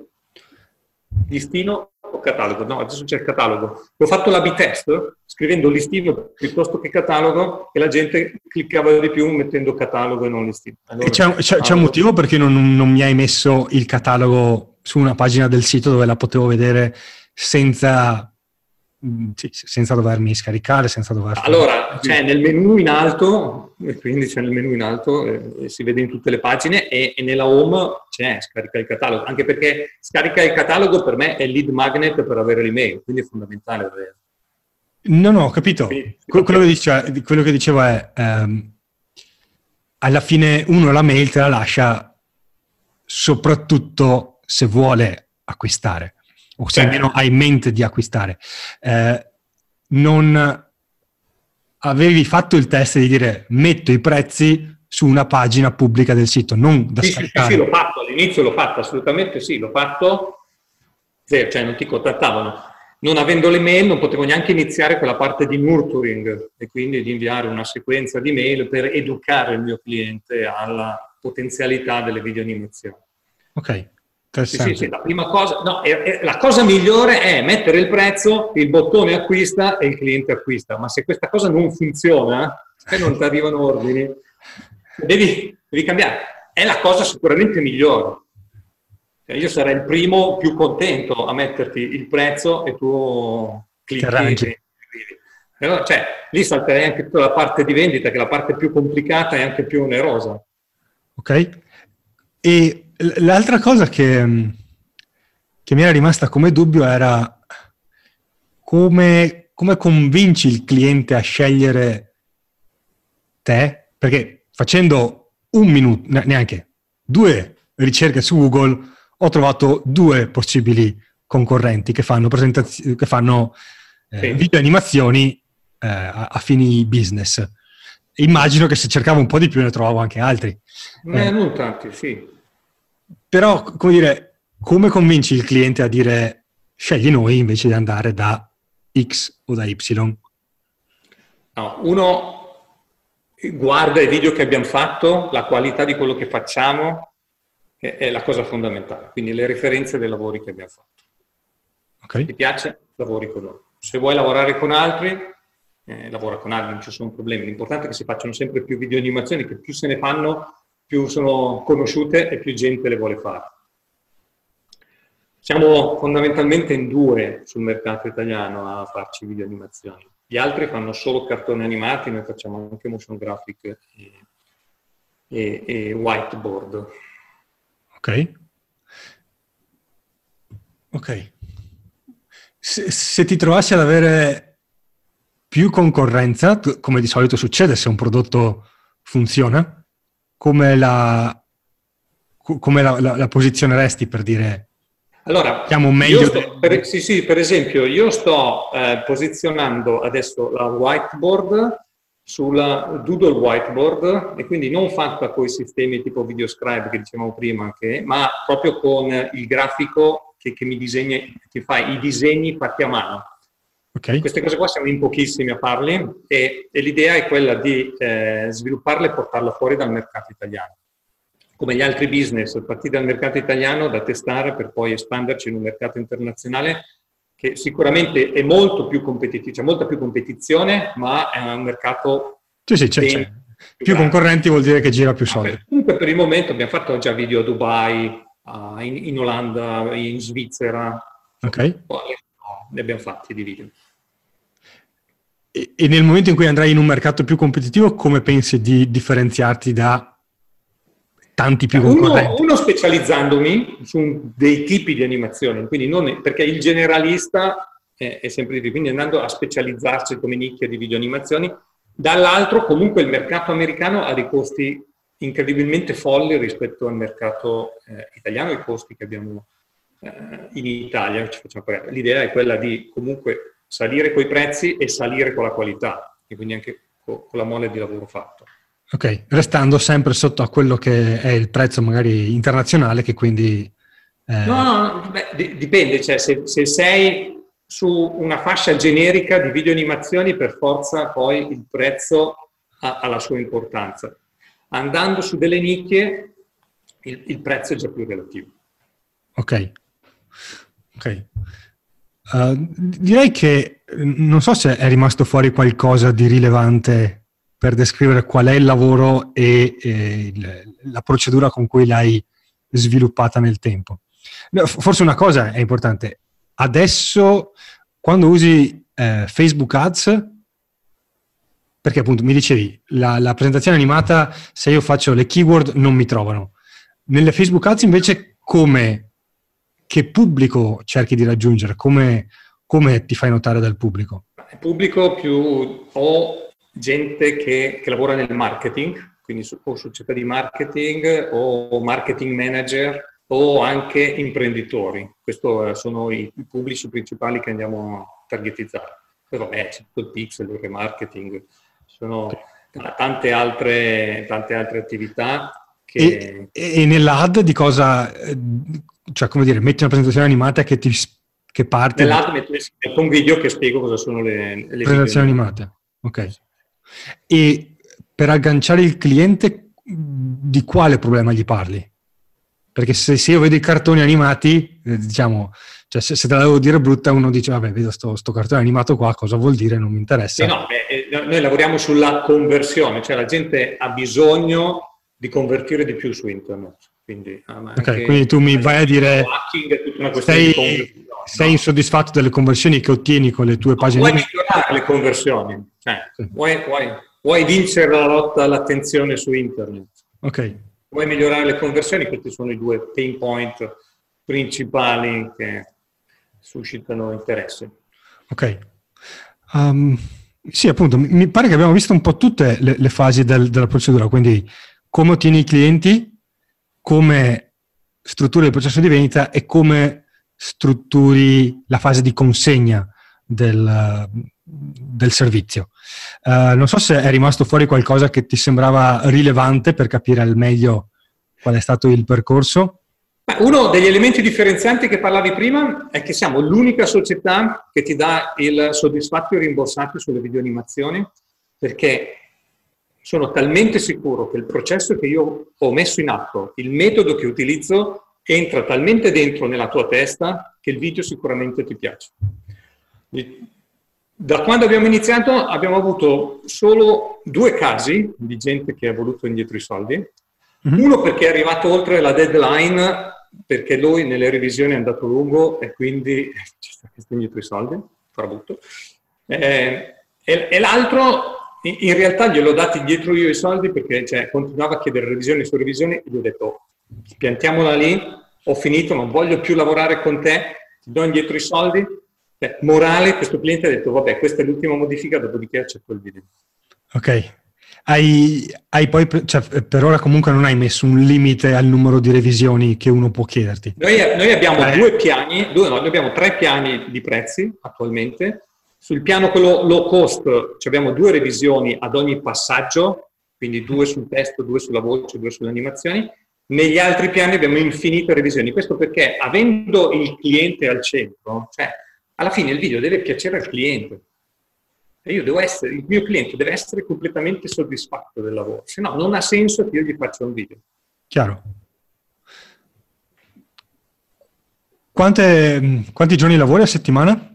listino o catalogo. No, adesso c'è il catalogo. Ho fatto l'A/B test scrivendo listino piuttosto che catalogo e la gente cliccava di più mettendo catalogo e non listino. Allora, c'è un motivo perché non mi hai messo il catalogo su una pagina del sito dove la potevo vedere senza dovermi scaricare, senza dover... Allora, c'è nel menu in alto, quindi c'è nel menu in alto, si vede in tutte le pagine, e nella home c'è scarica il catalogo, anche perché scarica il catalogo per me è il lead magnet per avere l'email, quindi è fondamentale. No, ho capito. Quello che dicevo è, alla fine uno la mail te la lascia soprattutto se vuole acquistare, o se almeno hai in mente di acquistare. Non avevi fatto il test di dire metto i prezzi su una pagina pubblica del sito, non da scaricare? Sì, l'ho fatto, all'inizio l'ho fatto, assolutamente sì, l'ho fatto, cioè non ti contattavano. Non avendo le mail non potevo neanche iniziare quella parte di nurturing e quindi di inviare una sequenza di mail per educare il mio cliente alla potenzialità delle videoanimazioni. Ok. Sì, la prima cosa, la cosa migliore è mettere il prezzo, il bottone acquista e il cliente acquista, ma se questa cosa non funziona, se non ti arrivano ordini, devi cambiare. È la cosa sicuramente migliore. Io sarei il primo più contento a metterti il prezzo e tu clicchi. Però, lì salterei anche tutta la parte di vendita, che è la parte più complicata e anche più onerosa. Ok. E l'altra cosa che mi era rimasta come dubbio era come convinci il cliente a scegliere te, perché facendo un minuto, neanche 2 ricerche su Google, ho trovato 2 possibili concorrenti che fanno presentazioni, che fanno video animazioni a fini business. Immagino che se cercavo un po' di più ne trovavo anche altri. Non tanti, sì. Però, come convinci il cliente a dire scegli noi invece di andare da X o da Y? No, uno guarda i video che abbiamo fatto, la qualità di quello che facciamo è la cosa fondamentale, quindi le referenze dei lavori che abbiamo fatto. Okay. Ti piace? Lavori con noi. Se vuoi lavorare con altri, lavora con altri, non ci sono problemi. L'importante è che si facciano sempre più video animazioni, che più se ne fanno, più sono conosciute e più gente le vuole fare. Siamo fondamentalmente in 2 sul mercato italiano a farci video animazioni. Gli altri fanno solo cartoni animati, noi facciamo anche motion graphic e whiteboard. Ok. Se ti trovassi ad avere più concorrenza, come di solito succede se un prodotto funziona, come la posizioneresti per dire... Allora, siamo meglio per esempio, io sto posizionando adesso la whiteboard sulla Doodle Whiteboard, e quindi non fatta con i sistemi tipo VideoScribe che dicevamo prima, ma proprio con il grafico che mi disegna, che fa i disegni fatti a mano. Okay. Queste cose qua siamo in pochissimi a farle e l'idea è quella di svilupparle e portarle fuori dal mercato italiano. Come gli altri business, partire dal mercato italiano da testare per poi espanderci in un mercato internazionale che sicuramente è molto più competitivo, c'è molta più competizione, ma è un mercato c'è. Più concorrenti vuol dire che gira più soldi. Comunque per il momento abbiamo fatto già video a Dubai, in Olanda, in Svizzera. Ok. Ne abbiamo fatti di video. E nel momento in cui andrai in un mercato più competitivo, come pensi di differenziarti da tanti più concorrenti? Uno specializzandomi su dei tipi di animazioni, quindi non, perché il generalista è sempre di più, quindi andando a specializzarsi come nicchia di video animazioni. Dall'altro comunque il mercato americano ha dei costi incredibilmente folli rispetto al mercato italiano, i costi che abbiamo in Italia. L'idea è quella di comunque salire coi prezzi e salire con la qualità, e quindi anche con la mole di lavoro fatto. Ok, restando sempre sotto a quello che è il prezzo magari internazionale, che quindi... dipende, cioè se sei su una fascia generica di video animazioni, per forza poi il prezzo ha la sua importanza. Andando su delle nicchie, il prezzo è già più relativo. Ok. Direi che non so se è rimasto fuori qualcosa di rilevante per descrivere qual è il lavoro e la procedura con cui l'hai sviluppata nel tempo. Forse una cosa è importante. Adesso, quando usi Facebook Ads, perché appunto mi dicevi, la presentazione animata, se io faccio le keyword non mi trovano. Nelle Facebook Ads invece che pubblico cerchi di raggiungere? Come ti fai notare dal pubblico? Il pubblico più o gente che lavora nel marketing, quindi o società di marketing o marketing manager o anche imprenditori. Questi sono i pubblici principali che andiamo a targetizzare. Poi vabbè, c'è tutto il pixel, il remarketing, sono tante altre attività che... E nell'ad di cosa... Cioè, come dire, metti una presentazione animata che parte... Nell'ad metto un video che spiego cosa sono le presentazioni animate. Ok. E per agganciare il cliente, di quale problema gli parli? Perché se io vedo i cartoni animati, diciamo, cioè se te la devo dire brutta, uno dice, vabbè, vedo sto cartone animato qua, cosa vuol dire? Non mi interessa. Noi lavoriamo sulla conversione, cioè la gente ha bisogno di convertire di più su internet. Quindi tu mi vai a dire, sei insoddisfatto delle conversioni che ottieni con le tue pagine? Vuoi migliorare le conversioni, vuoi vincere la lotta all'attenzione su internet. Ok. Vuoi migliorare le conversioni? Questi sono i 2 pain point principali che suscitano interesse. Ok. Sì, appunto, mi pare che abbiamo visto un po' tutte le fasi della procedura, quindi come ottieni i clienti, come strutturi il processo di vendita e come strutturi la fase di consegna del servizio. Non so se è rimasto fuori qualcosa che ti sembrava rilevante per capire al meglio qual è stato il percorso. Uno degli elementi differenzianti che parlavi prima è che siamo l'unica società che ti dà il soddisfatto e rimborsato sulle videoanimazioni, perché sono talmente sicuro che il processo che io ho messo in atto, il metodo che utilizzo, entra talmente dentro nella tua testa che il video sicuramente ti piace. Da quando abbiamo iniziato abbiamo avuto solo 2 casi di gente che ha voluto indietro i soldi. Uno perché è arrivato oltre la deadline, perché lui nelle revisioni è andato lungo e quindi ci sta chiesto indietro i soldi, farà butto. E l'altro, in realtà gliel'ho dati indietro io i soldi perché continuava a chiedere revisioni su revisioni e gli ho detto piantiamola lì, ho finito, non voglio più lavorare con te, ti do indietro i soldi. Morale, questo cliente ha detto vabbè, questa è l'ultima modifica, dopodiché accetto il video. Ok. Hai poi, cioè, per ora comunque non hai messo un limite al numero di revisioni che uno può chiederti? Noi abbiamo 2 piani, noi abbiamo 3 piani di prezzi attualmente. Sul piano quello low cost abbiamo 2 revisioni ad ogni passaggio, quindi 2 sul testo, 2 sulla voce, 2 sulle animazioni. Negli altri piani abbiamo infinite revisioni. Questo perché avendo il cliente al centro, cioè alla fine il video deve piacere al cliente. E il mio cliente deve essere completamente soddisfatto del lavoro, se no non ha senso che io gli faccia un video. Chiaro. Quanti giorni lavori a settimana?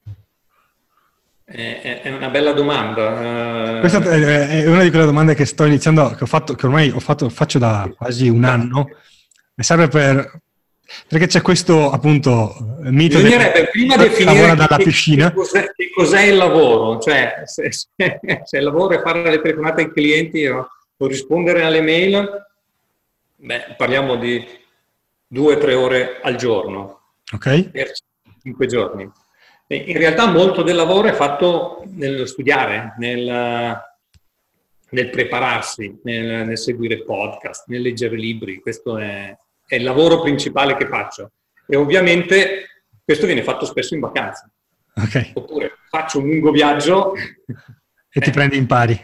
È una bella domanda. Questa è una di quelle domande che sto iniziando, che ormai faccio da quasi un anno. Mi serve perché c'è questo appunto mito. Bisognerebbe prima definire dalla piscina. Che cos'è il lavoro, cioè se il lavoro è fare le telefonate ai clienti o rispondere alle mail, parliamo di 2-3 ore al giorno, per 5 giorni. In realtà molto del lavoro è fatto nello studiare, nel prepararsi, nel seguire podcast, nel leggere libri. Questo è il lavoro principale che faccio. E ovviamente questo viene fatto spesso in vacanza. Oppure faccio un lungo viaggio e ti prendi in pari.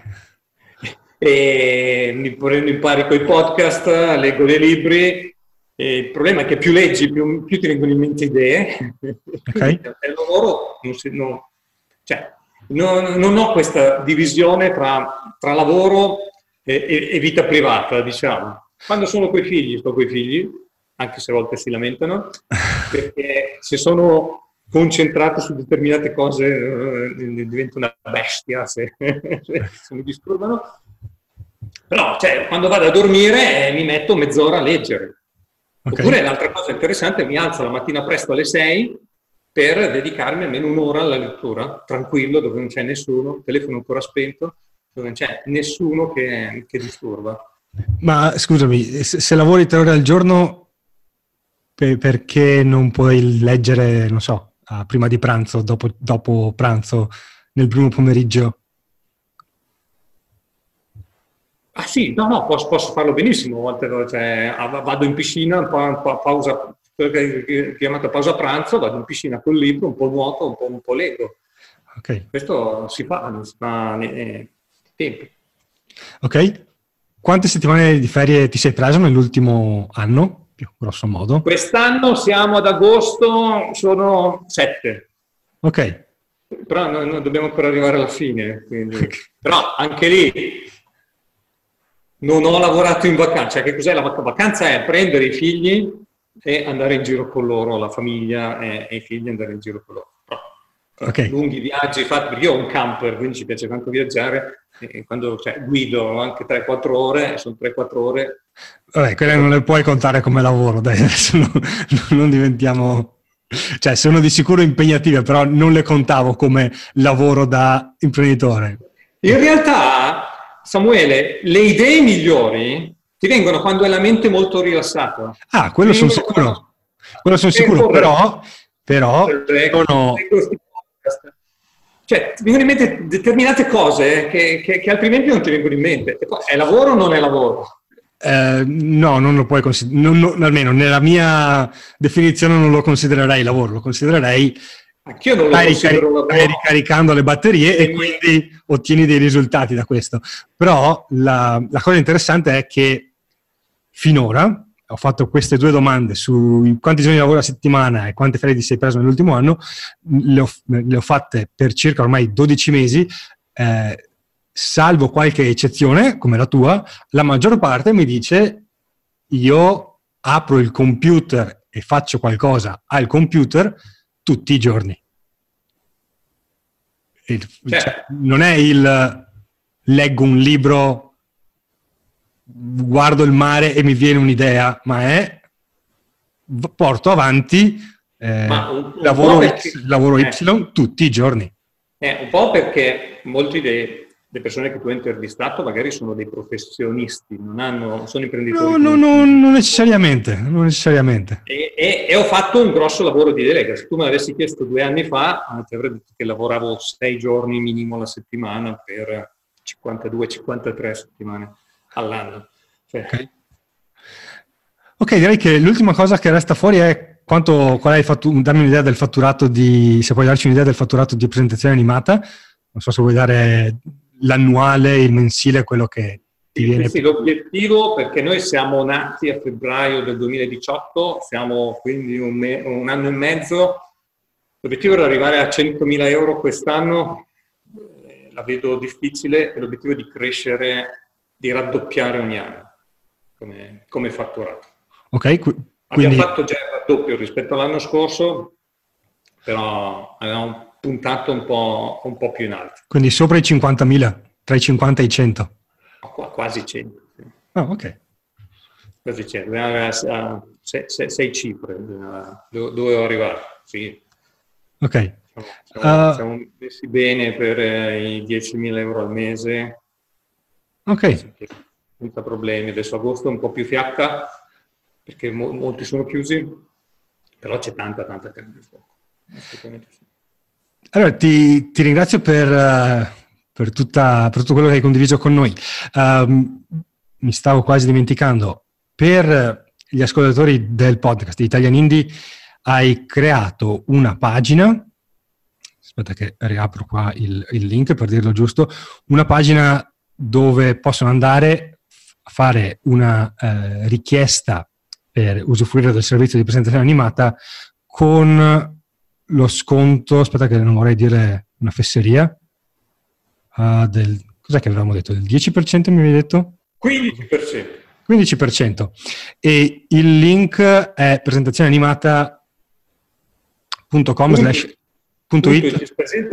E mi prendo in pari con i podcast, leggo dei libri. E il problema è che più leggi, più ti vengono in mente idee. Il lavoro non ho questa divisione tra lavoro e vita privata, diciamo. Quando sono coi figli, sto coi figli, anche se a volte si lamentano, perché se sono concentrato su determinate cose divento una bestia se mi disturbano. Però quando vado a dormire mi metto mezz'ora a leggere. Oppure l'altra cosa interessante, mi alzo la mattina presto alle 6 per dedicarmi almeno un'ora alla lettura, tranquillo, dove non c'è nessuno, telefono ancora spento, dove non c'è nessuno che disturba. Ma scusami, se lavori 3 ore al giorno, perché non puoi leggere, non so, prima di pranzo, dopo pranzo, nel primo pomeriggio? Ah sì, no, posso farlo benissimo. Vado in piscina, pausa, chiamata pausa pranzo, vado in piscina col libro, un po' nuoto, un po' leggo. Questo si fa nei tempi. Ok. Quante settimane di ferie ti sei preso nell'ultimo anno, più grosso modo? Quest'anno siamo ad agosto, sono 7. Ok. Però noi dobbiamo ancora arrivare alla fine. Quindi. Però anche lì non ho lavorato in vacanza. Che cos'è la vacanza? È prendere i figli e andare in giro con loro, la famiglia e i figli andare in giro con loro. Lunghi viaggi fatti, perché io ho un camper, quindi ci piace tanto viaggiare. E quando guido anche 3-4 ore, sono 3-4 ore. Vabbè, quelle non le puoi contare come lavoro, dai, adesso non diventiamo... Cioè, sono di sicuro impegnative, però non le contavo come lavoro da imprenditore. In realtà, Samuele, le idee migliori ti vengono quando hai la mente molto rilassata. Ah, quello sono sicuro. Quello sono sicuro, però sono... Cioè, ti vengono in mente determinate cose che altrimenti non ti vengono in mente. E poi, è lavoro o non è lavoro? No, non lo puoi considerare, almeno nella mia definizione non lo considererei lavoro, lo considererei... Anch'io non lo considero lavoro. Stai ricaricando le batterie e quindi ottieni dei risultati da questo. Però la cosa interessante è che finora, ho fatto queste due domande su quanti giorni di lavoro a settimana e quante ferie ti sei preso nell'ultimo anno, le ho fatte per circa ormai 12 mesi, salvo qualche eccezione, come la tua, la maggior parte mi dice io apro il computer e faccio qualcosa al computer tutti i giorni. Cioè, non è il leggo un libro, guardo il mare e mi viene un'idea, ma è porto avanti lavoro Y tutti i giorni. Un po' perché molti delle persone che tu hai intervistato magari sono dei professionisti, sono imprenditori. No, non necessariamente. E ho fatto un grosso lavoro di delega. Se tu me l'avessi chiesto 2 anni fa, ti avrei detto che lavoravo 6 giorni minimo alla settimana per 52-53 settimane all'anno. Ok, direi che l'ultima cosa che resta fuori è dammi un'idea del fatturato se puoi darci un'idea del fatturato di presentazione animata. Non so se vuoi dare l'annuale, il mensile, quello che ti viene. Sì, l'obiettivo, perché noi siamo nati a febbraio del 2018, siamo quindi un anno e mezzo, l'obiettivo era arrivare a 100.000 euro quest'anno, la vedo difficile, e l'obiettivo è di crescere, di raddoppiare ogni anno come fatturato. Ok, abbiamo fatto già il raddoppio rispetto all'anno scorso, però abbiamo puntato un po' più in alto. Quindi sopra i 50.000, tra i 50 e i 100? Quasi 100. Sì. Ok. Quasi 100, dobbiamo avere 6 cifre, dovevo arrivare, sì. Ok. Siamo messi bene per i 10.000 euro al mese. Ok. Senza problemi. Adesso agosto è un po' più fiacca, perché molti sono chiusi, però c'è tanta carne di fuoco. Assolutamente sì. Allora, ti ringrazio per tutto quello che hai condiviso con noi. Mi stavo quasi dimenticando, per gli ascoltatori del podcast di Italian Indie hai creato una pagina, aspetta che riapro qua il link per dirlo giusto, una pagina dove possono andare a fare una richiesta per usufruire del servizio di presentazione animata con lo sconto, aspetta che non vorrei dire una fesseria, cos'è che avevamo detto? Del 10% mi avevi detto? 15%. 15%. E il link è presentazioneanimata.com/it.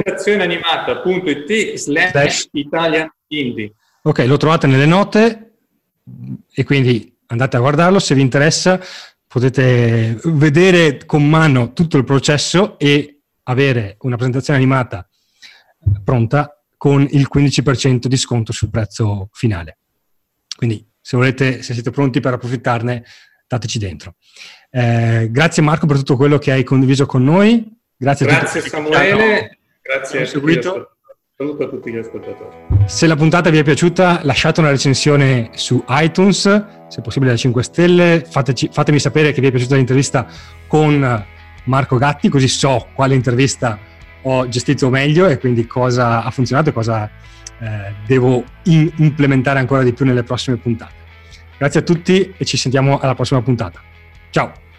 presentazioneanimata.it/Italian Indie. Ok, lo trovate nelle note e quindi andate a guardarlo. Se vi interessa potete vedere con mano tutto il processo e avere una presentazione animata pronta con il 15% di sconto sul prezzo finale. Quindi se siete pronti per approfittarne, dateci dentro. Grazie Marco per tutto quello che hai condiviso con noi. Grazie Samuele, grazie a seguito. Saluto a tutti gli ascoltatori. Se la puntata vi è piaciuta, lasciate una recensione su iTunes, se possibile da 5 stelle, fatemi sapere che vi è piaciuta l'intervista con Marco Gatti, così so quale intervista ho gestito meglio e quindi cosa ha funzionato e cosa devo implementare ancora di più nelle prossime puntate. Grazie a tutti e ci sentiamo alla prossima puntata. Ciao!